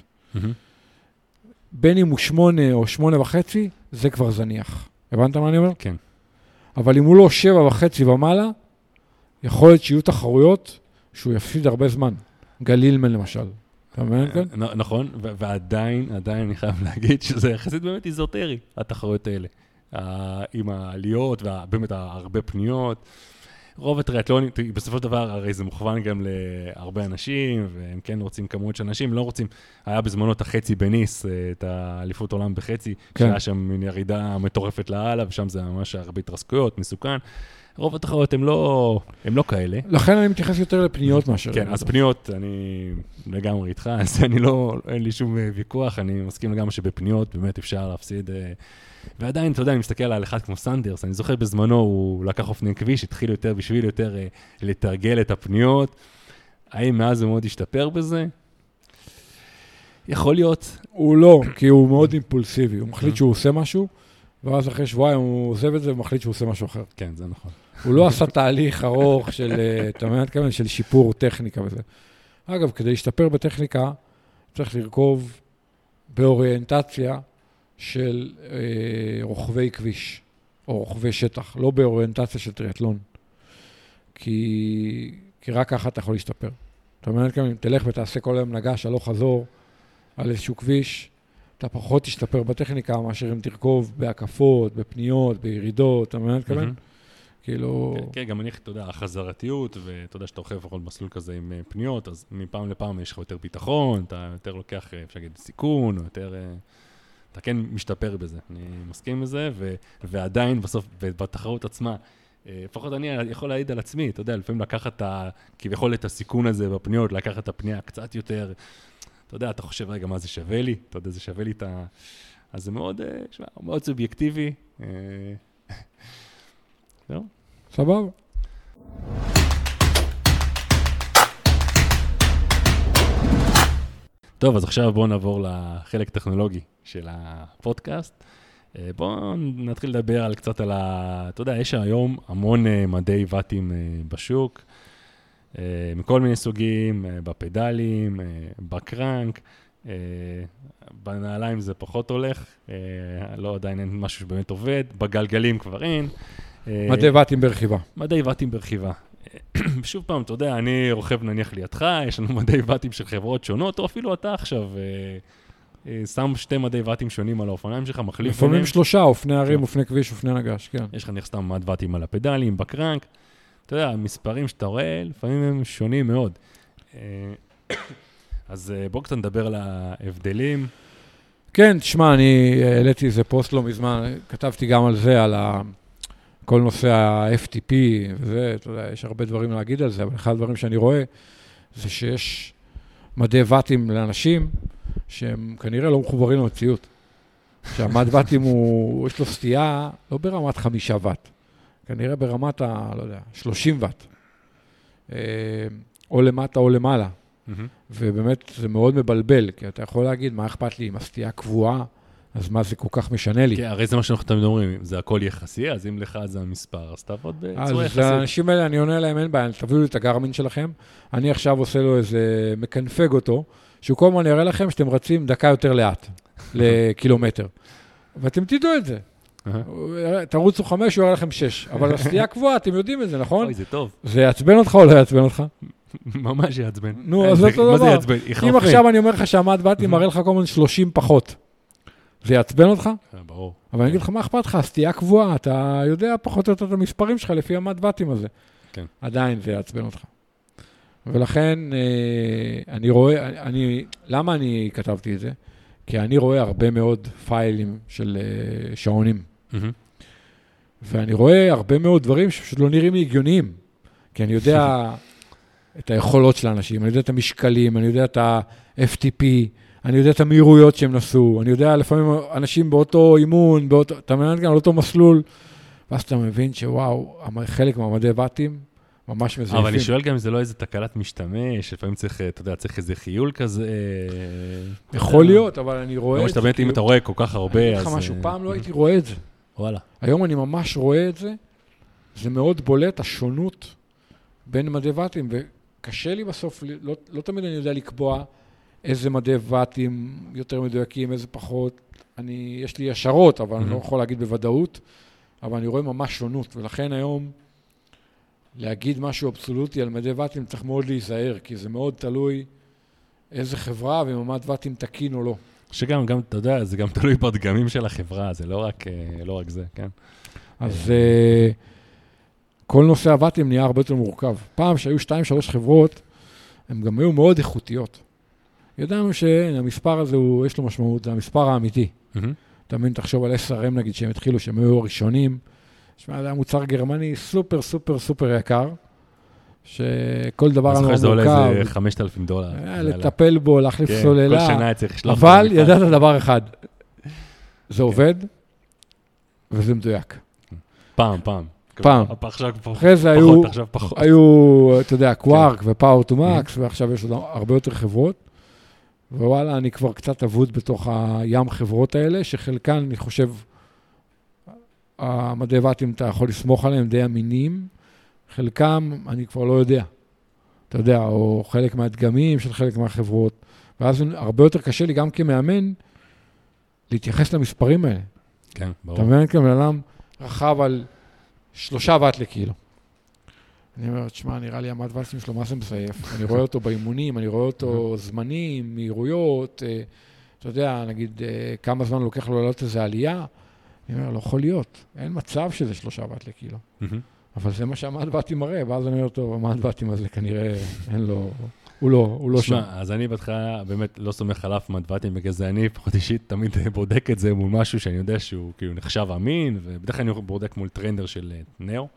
בין אם הוא שמונה או שמונה וחצי, זה כבר זניח. הבנת מה אני אומר? כן. אבל אם הוא לא שבע וחצי ומעלה, יכול להיות שיהיו תחרויות שהוא יפסיד הרבה זמן. גלילמן למשל. נכון, ועדיין, עדיין אני חייב להגיד שזה יחסית באמת איזוטרי, התחרויות האלה. עם העליות ובאמת הרבה פניות. רוב הטריאטלונים, בסופו של דבר, הרי זה מוכוון גם להרבה אנשים, והם כן רוצים כמות של אנשים, לא רוצים, היה בזמנו את החצי בניס, את האליפות עולם בחצי, שהיה שם ירידה מטורפת לעלה, ושם זה ממש הרבה התרסקויות, מסוכן. רוב התחרות הם לא, הם לא כאלה. לכן אני מתייחס יותר לפניות מאשר. כן, אז פניות, אני לגמרי איתך, אז אני לא, אין לי שום ויכוח, אני מסכים לגמרי שבפניות באמת אפשר להפסיד, ועדיין, אתה יודע, אני מסתכל על אחד כמו סנדרס, אני זוכר בזמנו, הוא לקח אופני כביש, התחיל יותר בשביל יותר לתרגל את הפניות, האם מאז הוא מאוד השתפר בזה? יכול להיות. הוא לא, כי הוא מאוד אימפולסיבי, הוא מחליט שהוא עושה משהו, ואז אחרי שבועיים הוא עוזב את זה ומחליט שהוא עושה משהו אחר. כן, זה נכון. הוא לא עשה תהליך ארוך של, אתה מבין כמה, של שיפור טכניקה וזה. אגב, כדי להשתפר בטכניקה, צריך לרכוב באוריינטציה של אה, רוכבי כביש, או רוכבי שטח, לא באוריינטציה של טריאטלון. כי, כי רק ככה אתה יכול להשתפר. אתה מבין כמה, אם תלך ותעשה כל היום נגש, הלוך חזור, על איזשהו כביש, אתה פחות תשתפר בטכניקה, מאשר אם תרכוב בהקפות, בפניות, בירידות, אתה מבין להתכוון? כאילו... כן, גם אני, אתה יודע, החזרתיות, ואתה יודע שאתה אוכל לפחות מסלול כזה עם פניות, אז מפעם לפעם יש לך יותר ביטחון, אתה יותר לוקח, אפשר להגיד, סיכון, או יותר... אתה כן משתפר בזה, אני מסכים בזה, ועדיין בסוף, בתחרות עצמה, לפחות אני יכול להעיד על עצמי, אתה יודע, לפעמים לקחת כביכול את הסיכון הזה בפניות, לקחת את הפנייה קצת יותר, אתה יודע, אתה חושב רגע מה זה שווה לי, אתה יודע, זה שווה לי את ה... אז זה מאוד, שמה, מאוד סובייקטיבי. זהו. סבבה. טוב, אז עכשיו בואו נעבור לחלק טכנולוגי של הפודקאסט. בואו נתחיל לדבר על קצת על ה... אתה יודע, יש היום המון מדי ואטים בשוק, מכל מיני סוגים, בפדלים, בקרנק, בנעליים זה פחות הולך, לא עדיין אין משהו שבאמת עובד, בגלגלים כבר אין. מדי ואטים ברכיבה. מדי ואטים ברכיבה. שוב פעם, אתה יודע, אני רוכב נניח לידך, יש לנו מדי ואטים של חברות שונות, או אפילו אתה עכשיו שם שתי מדי ואטים שונים על האופניים שלך, מחליף ביניהם. לפעמים שלושה, אופני ערים, אופני כביש, אופני נגש, כן. יש לך נניח סתם מד ואטים על הפדלים, בקרנק. אתה יודע, המספרים שאתה רואה, לפעמים הם שונים מאוד. אז בואו קצת נדבר על ההבדלים. כן, תשמע, אני העליתי איזה פוסט לא מזמן, כתבתי גם על זה, על ה... כל נושא ה-אף טי פי, וזה, אתה יודע, יש הרבה דברים להגיד על זה, אבל אחד הדברים שאני רואה, זה שיש מדי ואטים לאנשים, שהם כנראה לא מחוברים למציאות. שהמד ואטים הוא, יש לו סטייה, לא ברמת חמישה ואט, כנראה ברמת ה, לא יודע, שלושים ואט. או למטה או למעלה. ובאמת זה מאוד מבלבל, כי אתה יכול להגיד, מה אכפת לי, אם הסטייה קבועה, אז מה זה כל כך משנה לי? כן, הרי זה מה שאנחנו תמיד אומרים, זה הכל יחסי, אז אם לך זה המספר, אז תעבוד בצורה יחסית. אז האנשים האלה, אני עונה להם, אין בעיה, תביאו לי את הגרמין שלכם, אני עכשיו עושה לו איזה, מקנפג אותו, שהוא כל הזמן יראה לכם שאתם רצים דקה יותר לאט, לקילומטר. ואתם תדעו את זה. תרוצו חמש, הוא יראה לכם שש. אבל הסטייה קבועה, אתם יודעים את זה, נכון? אוי, זה טוב. זה יעצבן אותך או לא יעצבן אותך? ממש יעצבן. נו, אז זה אותו דבר. מה זה יעצבן? אם עכשיו אני אומר לך שהמד ואטים מראה לך כל מיני שלושים פחות. זה יעצבן אותך? ברור. אבל אני אגיד לך, מה אכפת לך? הסטייה קבועה, אתה יודע פחות או יותר את המספרים שלך לפי המד ואטים הזה. כן. עדיין זה יעצבן אותך. ולכן, אני רואה, אני, למה אני כתבתי את זה? כי אני רואה הרבה מאוד פיילים של שעונים. ואני רואה הרבה מאוד דברים שפשוט לא נראים לי הגיוניים. כי אני יודע את היכולות של האנשים, אני יודע את המשקלים, אני יודע את ה-אף טי פי, אני יודע את המהירויות שהם נסעו, אני יודע לפעמים אנשים באותו אימון, באותו, אתה מבין גם על אותו מסלול, ואז אתה מבין שוואו, חלק מהמדי ואטים ממש מזייפים. אבל אני שואל גם אם זה לא איזה תקלת משתמש, לפעמים צריך, אתה יודע, צריך איזה חיול כזה. יכול להיות, אבל אני רואה את זה. לא, אם אתה רואה כל כך הרבה, אני אגיד לך משהו, פעם לא הייתי רואה את זה. וואלה. היום אני ממש רואה את זה, זה מאוד בולט, השונות בין מדי ואטים, וקשה לי בסוף, לא, לא תמיד אני יודע לקבוע איזה מדי ואטים יותר מדויקים, איזה פחות. אני, יש לי השערות, אבל אני לא יכול להגיד בוודאות, אבל אני רואה ממש שונות, ולכן היום להגיד משהו אבסולוטי על מדי ואטים צריך מאוד להיזהר, כי זה מאוד תלוי איזה חברה ואם המד ואטים תקין או לא. שגם, גם, אתה יודע, זה גם תלוי בדגמים של החברה, זה לא רק, לא רק זה, כן? אז כל נושא הוואטים נהיה הרבה יותר מורכב. פעם שהיו שתיים, שלוש חברות, הן גם היו מאוד איכותיות. ידענו שהמספר הזה, הוא, יש לו משמעות, זה המספר האמיתי. אתה מבין, תחשוב על אס אר אם נגיד, שהם התחילו, שהם היו הראשונים. שמע, זה היה מוצר גרמני סופר, סופר, סופר יקר, שכל דבר לנו מורכב. זה עולה איזה חמשת אלפים דולר. לטפל בו, להחליף סוללה. כל שנה צריך לשלוח. אבל ידעת דבר אחד, זה עובד, וזה מדויק. פעם, פעם. פעם. אחרי זה היו, אתה יודע, קווארק ופאוור טו מקס, ועכשיו יש עוד הרבה יותר חברות, ווואלה, אני כבר קצת אבוד בתוך הים חברות האלה, שחלקן, אני חושב, המדי ואטים, אתה יכול לסמוך עליהם די אמינים, חלקם אני כבר לא יודע. אתה יודע, או חלק מהדגמים של חלק מהחברות, ואז הרבה יותר קשה לי גם כמאמן להתייחס למספרים האלה. כן, ברור. אתה מבין כמה אדם רחב על שלושה ואט לקילו. אני אומר, תשמע, נראה לי המד ואטים שלו, מה זה מסייף? אני רואה אותו באימונים, אני רואה אותו זמנים, מהירויות, אתה יודע, נגיד, כמה זמן לוקח לו לעלות איזו עלייה, אני אומר, לא יכול להיות, אין מצב שזה שלושה וואט לקילו. אבל זה מה שהמד בתים מראה, ואז אני אומר, טוב, המד בתים הזה כנראה אין לו, הוא לא, הוא לא שם. אז אני בהתחלה באמת לא סומך על אף מד בתים, בגלל זה אני פחות אישית תמיד בודק את זה מול משהו שאני יודע שהוא כאילו נחשב אמין, ובדרך כלל אני בודק מול טרנדר של נאו,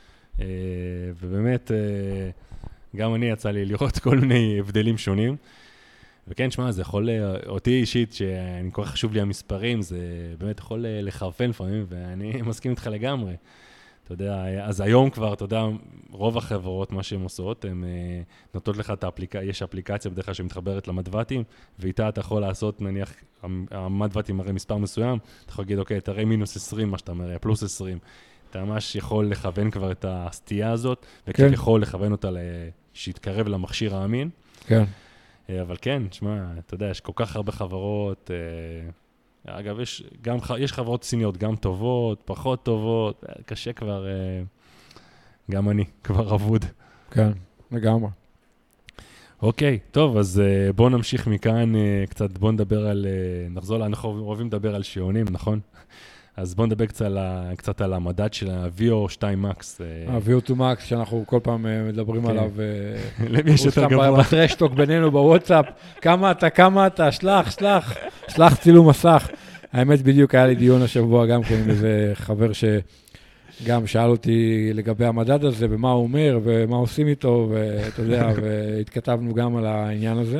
ובאמת גם אני יצא לי לראות כל מיני הבדלים שונים, וכן, שמה, זה יכול, אותי אישית, שאני כל כך חשוב לי המספרים, זה באמת יכול לחרפן לפעמים, ואני מסכים איתך לגמרי. אתה יודע, אז היום כבר, אתה יודע, רוב החברות, מה שהן עושות, הן נותנות לך את האפליקציה, יש אפליקציה בדרך כלל שמתחברת למדוותים, ואיתה אתה יכול לעשות, נניח, המדוותים מראה מספר מסוים, אתה יכול להגיד, אוקיי, תראה מינוס עשרים, מה שאתה מראה, פלוס עשרים. אתה ממש יכול לכוון כבר את הסטייה הזאת, וכן יכול לכוון אותה שיתקרב למכשיר האמין. כן. אבל כן, תשמע, אתה יודע, יש כל כך הרבה חברות, אגב, יש, גם, יש חברות סיניות גם טובות, פחות טובות, קשה כבר, גם אני, כבר אבוד. כן, לגמרי. אוקיי, טוב, אז בואו נמשיך מכאן קצת, בואו נדבר על, נחזור, אנחנו אוהבים לדבר על שעונים, נכון? אז בואו נדבר קצת על, קצת על המדד של ה-וי או טו מקס. ה-וי או טו מקס, שאנחנו כל פעם מדברים כן. עליו. למי יש יותר גבוה? בטרשטוק בינינו בוואטסאפ, כמה אתה, כמה אתה, שלח, שלח, שלח צילום מסך. האמת בדיוק היה לי דיון השבוע גם כן, עם איזה חבר שגם שאל אותי לגבי המדד הזה, ומה הוא אומר, ומה עושים איתו, ואתה יודע, והתכתבנו גם על העניין הזה.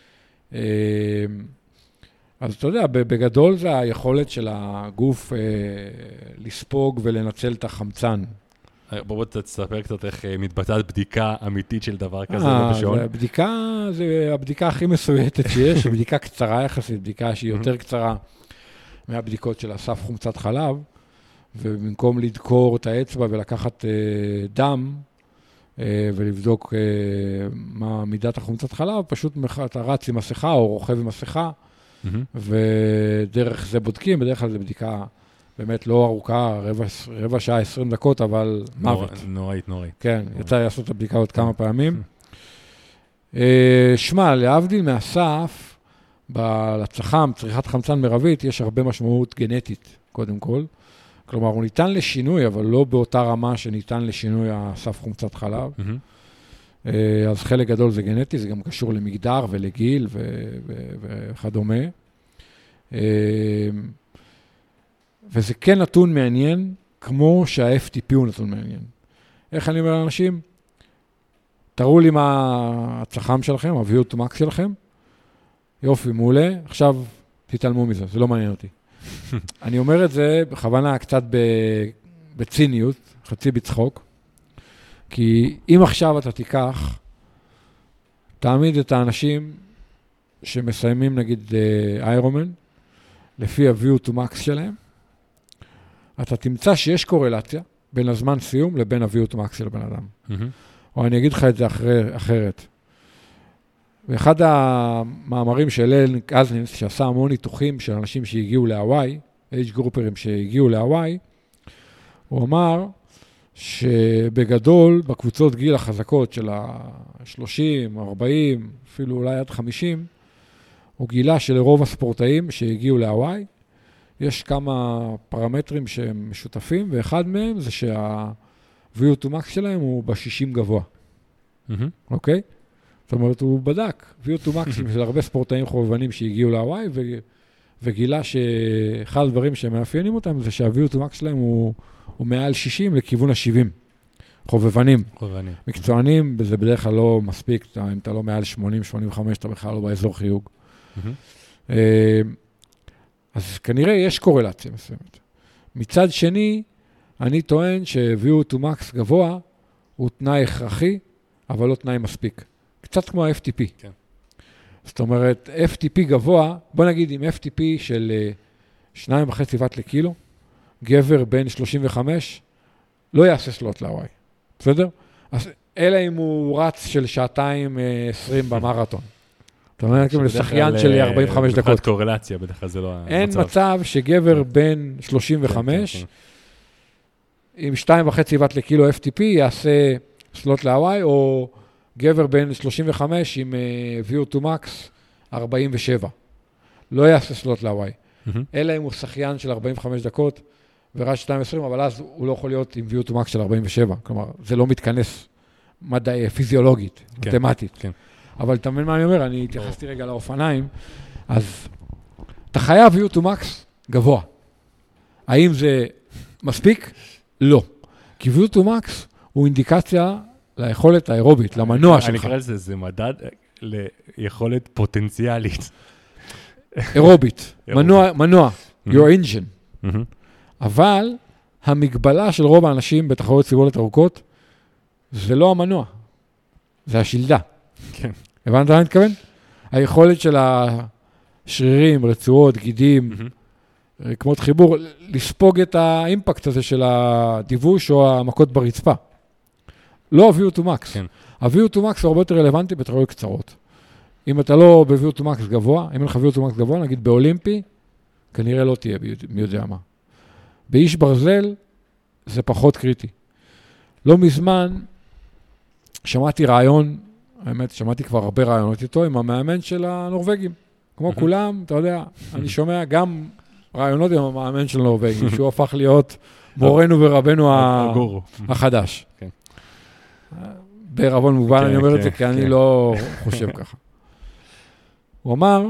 אז אתה יודע, בגדול זה היכולת של הגוף אה, לספוג ולנצל את החמצן. בואו תספר קצת איך מתבצעת בדיקה אמיתית של דבר כזה בשעון. הבדיקה זה הבדיקה הכי מסויטת שיש, בדיקה קצרה יחסית, בדיקה שהיא יותר קצרה מהבדיקות של אסף חומצת חלב, ובמקום לדקור את האצבע ולקחת אה, דם, אה, ולבדוק אה, מה מידת החומצת חלב, פשוט אתה רץ עם מסכה או רוכב עם מסכה, ודרך זה בודקים, בדרך כלל זה בדיקה באמת לא ארוכה, רבע, רבע שעה, עשרים דקות, אבל מוות. נוראית, נוראית. כן, יצא לעשות את הבדיקה עוד כמה פעמים. שמע, להבדיל מהסף, לצח"ם, צריכת חמצן מרבית, יש הרבה משמעות גנטית, קודם כל. כלומר, הוא ניתן לשינוי, אבל לא באותה רמה שניתן לשינוי הסף חומצת חלב. אז חלק גדול זה גנטי, זה גם קשור למגדר ולגיל וכדומה. וזה כן נתון מעניין, כמו שה-אף טי פי הוא נתון מעניין. איך אני אומר לאנשים? תראו לי מה הצח"ם שלכם, ה-וי או טו מקס שלכם. יופי, מעולה. עכשיו תתעלמו מזה, זה לא מעניין אותי. אני אומר את זה בכוונה קצת בציניות, חצי בצחוק. כי אם עכשיו אתה תיקח, תעמיד את האנשים שמסיימים נגיד איירומן, לפי ה-וי או טו מקס שלהם, אתה תמצא שיש קורלציה בין הזמן סיום לבין ה-וי או טו מקס של הבן אדם. Mm-hmm. או אני אגיד לך את זה אחרי, אחרת. ואחד המאמרים של אלן קזנינס, שעשה המון ניתוחים של אנשים שהגיעו להוואי, אייג' גרופרים שהגיעו להוואי, הוא אמר, שבגדול, בקבוצות גיל החזקות של ה-שלושים, ארבעים, אפילו אולי עד חמישים, הוא גילה שלרוב הספורטאים שהגיעו להוואי, יש כמה פרמטרים שהם משותפים, ואחד מהם זה שה-וי או טו מקס שלהם הוא ב-שישים גבוה. אוקיי? זאת אומרת, הוא בדק וי או טו מקס של הרבה ספורטאים חובבנים שהגיעו להוואי, וגילה שאחד הדברים שמאפיינים אותם זה שה-וי או טו מקס שלהם הוא הוא מעל שישים לכיוון ה-שבעים. חובבנים. חובבנים. מקצוענים, זה בדרך כלל לא מספיק, אם אתה לא מעל שמונים שמונים וחמש, אתה בכלל לא באזור חיוג. אז כנראה יש קורלציה מסוימת. מצד שני, אני טוען ש-וי או טו מקס גבוה הוא תנאי הכרחי, אבל לא תנאי מספיק. קצת כמו ה-אף טי פי. כן. זאת אומרת, אף טי פי גבוה, בוא נגיד עם אף טי פי של שניים וחצי ואט לקילו, גבר בין שלושים וחמש, לא יעשה סלוט להוואי. בסדר? אז אלא אם הוא רץ של שעתיים עשרים במרתון. זאת אומרת, כאילו לשחיין של ארבעים וחמש דקות. מבחינת קורלציה, בדרך כלל זה לא המצב. אין מצב שגבר בין שלושים וחמש, עם שתיים וחצי ואט לקילו אף טי פי, יעשה סלוט להוואי, או גבר בין שלושים וחמש עם וי או טו מקס ארבעים ושבע. לא יעשה סלוט להוואי. אלא אם הוא שחיין של ארבעים וחמש דקות, ורץ שתיים עשרים, אבל אז הוא לא יכול להיות עם view to max של ארבעים ושבע. כלומר, זה לא מתכנס מדעי, פיזיולוגית, מתמטית. כן. אבל אתה מבין מה אני אומר? אני התייחסתי רגע לאופניים, אז אתה חייב view to max גבוה. האם זה מספיק? לא. כי view to max הוא אינדיקציה ליכולת האירובית, למנוע שלך. אני אקרא לזה, זה מדד ליכולת פוטנציאלית. אירובית, מנוע, מנוע, your engine. אבל המגבלה של רוב האנשים בתחרויות סיבולת ארוכות, זה לא המנוע, זה השלדה. כן. הבנת מה אני מתכוון? היכולת של השרירים, רצועות, גידים, רקמות חיבור, לספוג את האימפקט הזה של הדיווש או המכות ברצפה. לא ה-view to max. כן. ה-view to max הוא הרבה יותר רלוונטי בתחרויות קצרות. אם אתה לא ב-view to max גבוה, אם אין לך view to max גבוה, נגיד באולימפי, כנראה לא תהיה מי יודע מה. באיש ברזל זה פחות קריטי. לא מזמן שמעתי רעיון, האמת, שמעתי כבר הרבה רעיונות איתו, עם המאמן של הנורווגים. כמו כולם, אתה יודע, אני שומע גם רעיונות עם המאמן של הנורווגים, שהוא הפך להיות מורנו ורבנו החדש. בערבון מובן אני אומר את זה, כי אני לא חושב ככה. הוא אמר,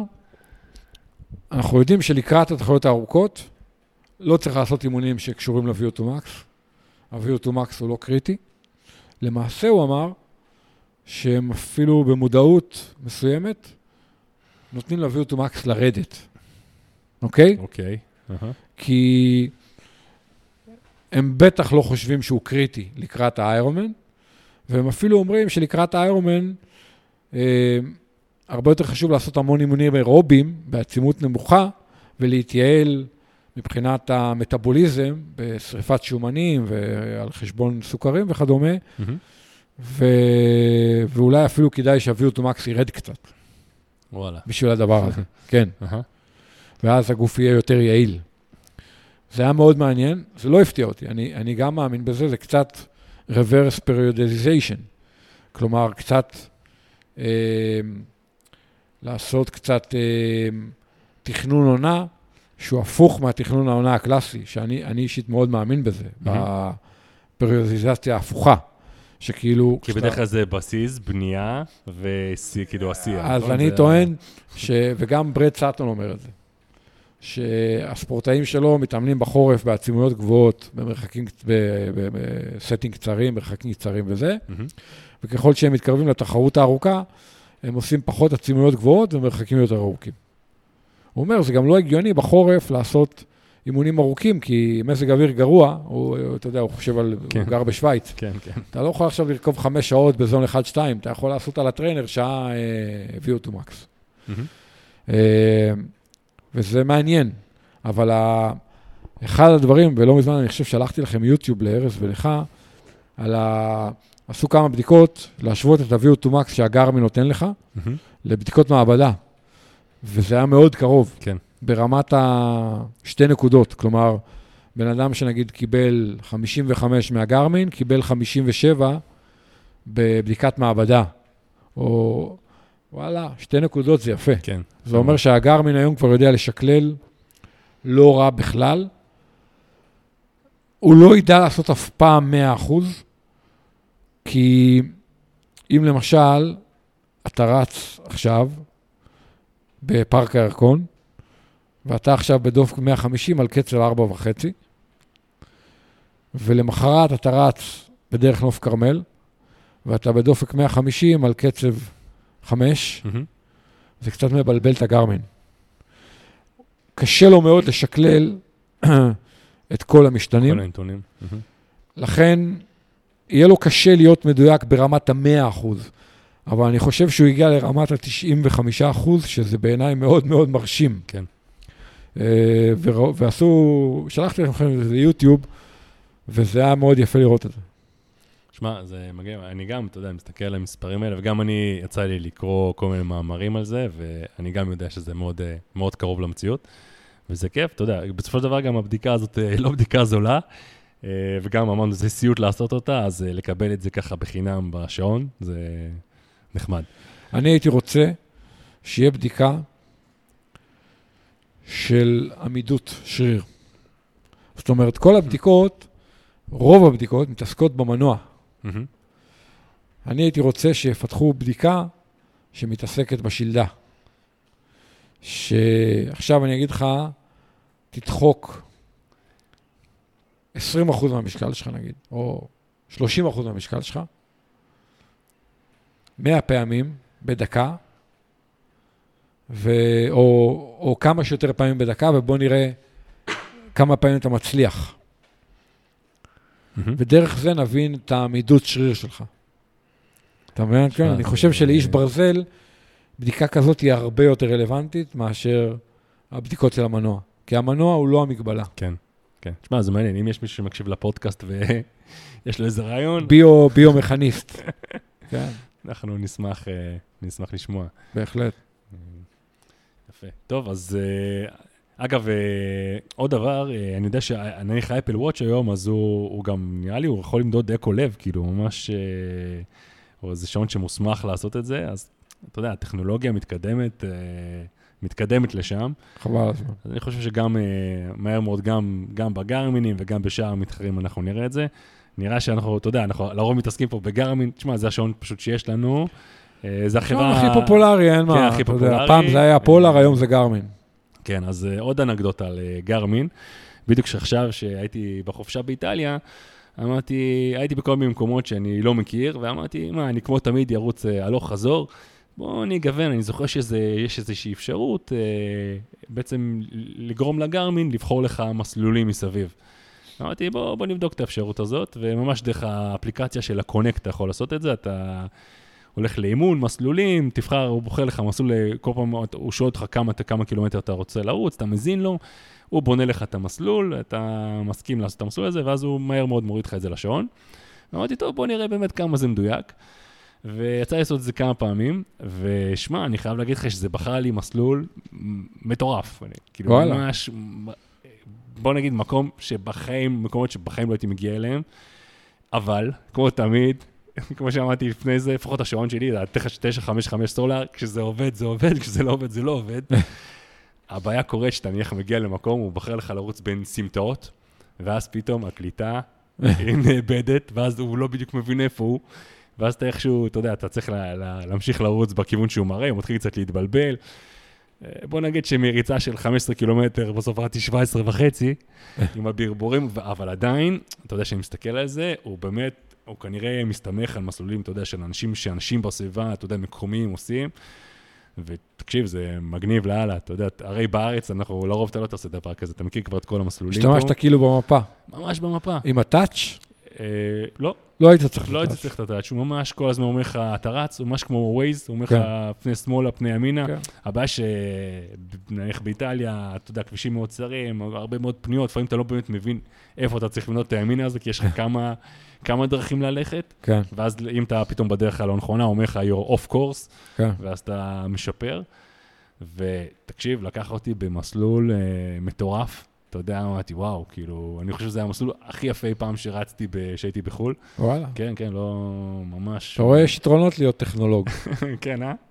אנחנו יודעים שלקראת התחרויות הארוכות, לא צריך לעשות אימונים שקשורים ל-view to max. ה-view to max הוא לא קריטי. למעשה הוא אמר, שהם אפילו במודעות מסוימת, נותנים ל-view to max לרדת. אוקיי? אוקיי. כי הם בטח לא חושבים שהוא קריטי לקראת האיירומן, והם אפילו אומרים שלקראת האיירומן, אה, הרבה יותר חשוב לעשות המון אימונים אירובים, בעצימות נמוכה, ולהתייעל מבחינת המטאבוליזם, בשריפת שומנים, ועל חשבון סוכרים וכדומה, mm-hmm. ו... ואולי אפילו כדאי שה-view to max ירד קצת. וואלה. בשביל הדבר הזה, כן. Uh-huh. ואז הגוף יהיה יותר יעיל. זה היה מאוד מעניין, זה לא הפתיע אותי, אני, אני גם מאמין בזה, זה קצת reverse periodization, כלומר קצת אה, לעשות קצת אה, תכנון עונה, שהוא הפוך מהתכנון העונה הקלאסי, שאני אני אישית מאוד מאמין בזה, mm-hmm. בפריודיזציה ההפוכה, שכאילו... כי בדרך כלל זה בסיס, בנייה, וכאילו עשייה. אז אני טוען, וגם ברד סאטון אומר את זה, שהספורטאים שלו מתאמנים בחורף בעצימויות גבוהות, במרחקים, בסטינג קצרים, מרחקים קצרים וזה, וככל שהם מתקרבים לתחרות הארוכה, הם עושים פחות עצימויות גבוהות ומרחקים יותר ארוכים. הוא אומר, זה גם לא הגיוני בחורף לעשות אימונים ארוכים, כי מזג אוויר גרוע, הוא, אתה יודע, הוא חושב על, כן. הוא גר בשוויץ. כן, כן. אתה לא יכול עכשיו לרכוב חמש שעות בזון אחד שתיים, אתה יכול לעשות על הטריינר שעה view to max. Mm-hmm. אה, וזה מעניין, אבל ה... אחד הדברים, ולא מזמן אני חושב שלחתי לכם יוטיוב לארז ולך, על ה... עשו כמה בדיקות, להשוות את ה-view to max שהגרמי נותן לך, mm-hmm. לבדיקות מעבדה. וזה היה מאוד קרוב, כן. ברמת השתי נקודות, כלומר, בן אדם שנגיד קיבל חמישים וחמש מהגרמין, קיבל חמישים ושבע בבדיקת מעבדה, או וואלה, שתי נקודות זה יפה. כן. זה אומר שהגרמין היום כבר יודע לשקלל, לא רע בכלל, הוא לא ידע לעשות אף פעם מאה אחוז, כי אם למשל, אתה רץ עכשיו, בפארק הירקון, ואתה עכשיו בדופק מאה וחמישים על קצב ארבע וחצי, ולמחרת אתה רץ בדרך נוף קרמל, ואתה בדופק מאה וחמישים על קצב חמש, mm-hmm. זה קצת מבלבל את הגרמין. קשה לו מאוד לשקלל את כל המשתנים. כל הנתונים. Mm-hmm. לכן, יהיה לו קשה להיות מדויק ברמת ה-מאה אחוז. אבל אני חושב שהוא הגיע לרמת ה-תשעים וחמישה אחוז, שזה בעיניי מאוד מאוד מרשים. כן. ועשו, שלחתי לכם איזה יוטיוב, וזה היה מאוד יפה לראות את זה. שמע, זה מגיע, אני גם, אתה יודע, מסתכל על המספרים האלה, וגם אני יצא לי לקרוא כל מיני מאמרים על זה, ואני גם יודע שזה מאוד, מאוד קרוב למציאות, וזה כיף, אתה יודע, בסופו של דבר גם הבדיקה הזאת לא בדיקה זולה, וגם אמרנו, זה סיוט לעשות אותה, אז לקבל את זה ככה בחינם בשעון, זה נחמד. אני הייתי רוצה שיהיה בדיקה של עמידות שריר. זאת אומרת, כל הבדיקות, רוב הבדיקות מתעסקות במנוע. Mm-hmm. אני הייתי רוצה שיפתחו בדיקה שמתעסקת בשלדה. שעכשיו אני אגיד לך, תדחוק עשרים אחוז מהמשקל שלך נגיד, או שלושים אחוז מהמשקל שלך, מאה פעמים בדקה, ו... או, או כמה שיותר פעמים בדקה, ובוא נראה כמה פעמים אתה מצליח. Mm-hmm. ודרך זה נבין את העמידות שריר שלך. אתה מבין? כן, אני חושב שלאיש ברזל, בדיקה כזאת היא הרבה יותר רלוונטית מאשר הבדיקות של המנוע. כי המנוע הוא לא המגבלה. כן, כן. תשמע, זה מעניין, אם יש מישהו שמקשיב לפודקאסט ויש לו איזה רעיון... ביו, ביו-מכניסט. כן. אנחנו נשמח, נשמח לשמוע. בהחלט. יפה. טוב, אז אגב, עוד דבר, אני יודע שאני חי אפל וואץ' היום, אז הוא, הוא גם, נראה לי, הוא יכול למדוד אקו לב, כאילו, ממש, או איזה שעון שמוסמך לעשות את זה, אז אתה יודע, הטכנולוגיה מתקדמת, מתקדמת לשם. חבל הזמן. אז אני חושב שגם מהר מאוד, גם, גם בגרמינים וגם בשאר המתחרים אנחנו נראה את זה. נראה שאנחנו, אתה יודע, אנחנו לרוב מתעסקים פה בגרמין, תשמע, זה השעון פשוט שיש לנו. זה החברה... הכי פופולרי, אין מה. הכי פופולרי. פעם זה היה פולר, היום זה גרמין. כן, אז עוד אנקדוטה על גרמין. בדיוק שעכשיו שהייתי בחופשה באיטליה, אמרתי, הייתי בכל מיני מקומות שאני לא מכיר, ואמרתי, מה, אני כמו תמיד ירוץ הלוך חזור, בוא ניגוון, אני זוכר שיש איזושהי אפשרות, בעצם לגרום לגרמין, לבחור לך מסלולים מסביב. אמרתי, בוא, בוא נבדוק את האפשרות הזאת, וממש דרך האפליקציה של הקונקט אתה יכול לעשות את זה, אתה הולך לאימון, מסלולים, תבחר, הוא בוחר לך מסלול, כל פעם הוא שואל אותך כמה, כמה קילומטר אתה רוצה לרוץ, אתה מזין לו, הוא בונה לך את המסלול, אתה מסכים לעשות את המסלול הזה, ואז הוא מהר מאוד מוריד לך את זה לשעון. אמרתי, טוב, בוא נראה באמת כמה זה מדויק. ויצא לעשות את זה כמה פעמים, ושמע, אני חייב להגיד לך שזה בחר לי מסלול מטורף. אני, כאילו וואלה. ממש, בוא נגיד מקום שבחיים, מקומות שבחיים לא הייתי מגיע אליהם, אבל, כמו תמיד, כמו שאמרתי לפני זה, לפחות השעון שלי, זה תשע חמש חמש סולר, כשזה עובד, זה עובד, כשזה לא עובד, זה לא עובד. הבעיה קורית שאתה נניח מגיע למקום, הוא בוחר לך לרוץ בין סמטאות, ואז פתאום הקליטה היא נאבדת, ואז הוא לא בדיוק מבין איפה הוא, ואז אתה איכשהו, אתה יודע, אתה צריך לה, לה, להמשיך לרוץ בכיוון שהוא מראה, הוא מתחיל קצת להתבלבל. בוא נגיד שמריצה של חמישה עשר קילומטר, בסוף ראיתי שבע עשרה וחצי, עם הברבורים, אבל עדיין, אתה יודע שאני מסתכל על זה, הוא באמת, הוא כנראה מסתמך על מסלולים, אתה יודע, של אנשים, שאנשים בסביבה, אתה יודע, מקומיים עושים, ותקשיב, זה מגניב לאללה, אתה יודע, הרי בארץ, אנחנו לרוב אתה לא תעשה דבר כזה, אתה מכיר כבר את כל המסלולים. השתמשת כאילו במפה. ממש במפה. עם הטאץ'? לא. לא היית צריך את לא היית צריך את הטאץ', הוא ממש כל הזמן אומר לך, אתה רץ, הוא ממש כמו ווייז, הוא אומר לך פני שמאלה, פני ימינה. הבעיה שנניח באיטליה, אתה יודע, כבישים מאוד צרים, הרבה מאוד פניות, לפעמים אתה לא באמת מבין איפה אתה צריך לבנות את הימינה הזה, כי יש לך כמה, כמה דרכים ללכת, כן. ואז אם אתה פתאום בדרך הלא נכונה, הוא אומר לך, you're off course, כן. ואז אתה משפר. ותקשיב, לקח אותי במסלול uh, מטורף, אתה יודע, אמרתי, וואו, כאילו, אני חושב שזה היה המסלול הכי יפה אי פעם שרצתי, שהייתי בחול. וואלה. כן, כן, לא ממש... אתה רואה, יש יתרונות להיות טכנולוג. כן, אה?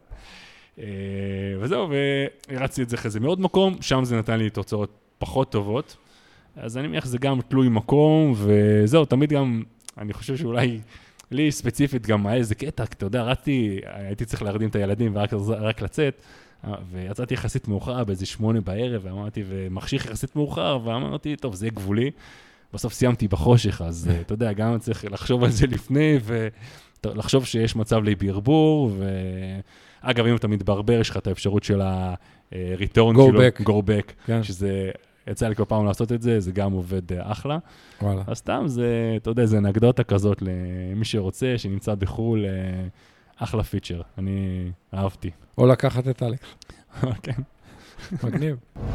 וזהו, והרצתי את זה אחרי זה מעוד מקום, שם זה נתן לי תוצאות פחות טובות, אז אני מניח שזה גם תלוי מקום, וזהו, תמיד גם, אני חושב שאולי, לי ספציפית גם היה איזה קטע, אתה יודע, רצתי, הייתי צריך להרדים את הילדים ורק לצאת, ויצאתי יחסית מאוחר באיזה שמונה בערב, ואמרתי, ומחשיך יחסית מאוחר, ואמרתי, טוב, זה יהיה גבולי. בסוף סיימתי בחושך, אז אתה יודע, גם צריך לחשוב על זה לפני, ולחשוב שיש מצב להיברבור, ואגב, אם אתה מתברבר, יש לך את האפשרות של ה-return, go back, go back, שזה, יצא לי כל פעם לעשות את זה, זה גם עובד אחלה. וואלה. אז סתם, זה, אתה יודע, זה אנקדוטה כזאת למי שרוצה, שנמצא בחול, אחלה פיצ'ר, אני אהבתי. או לקחת את אלכס. כן. מגניב.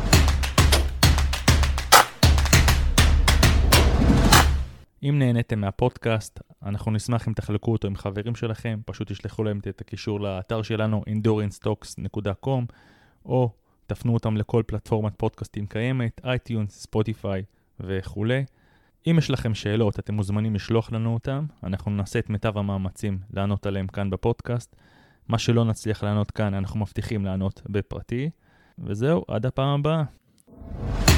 אם נהניתם מהפודקאסט, אנחנו נשמח אם תחלקו אותו עם חברים שלכם, פשוט תשלחו להם את הקישור לאתר שלנו, endurance talks דוט קום, או תפנו אותם לכל פלטפורמת פודקאסטים קיימת, iTunes, ספוטיפיי וכו'. אם יש לכם שאלות, אתם מוזמנים לשלוח לנו אותם, אנחנו נעשה את מיטב המאמצים לענות עליהם כאן בפודקאסט. מה שלא נצליח לענות כאן, אנחנו מבטיחים לענות בפרטי. וזהו, עד הפעם הבאה. ביי.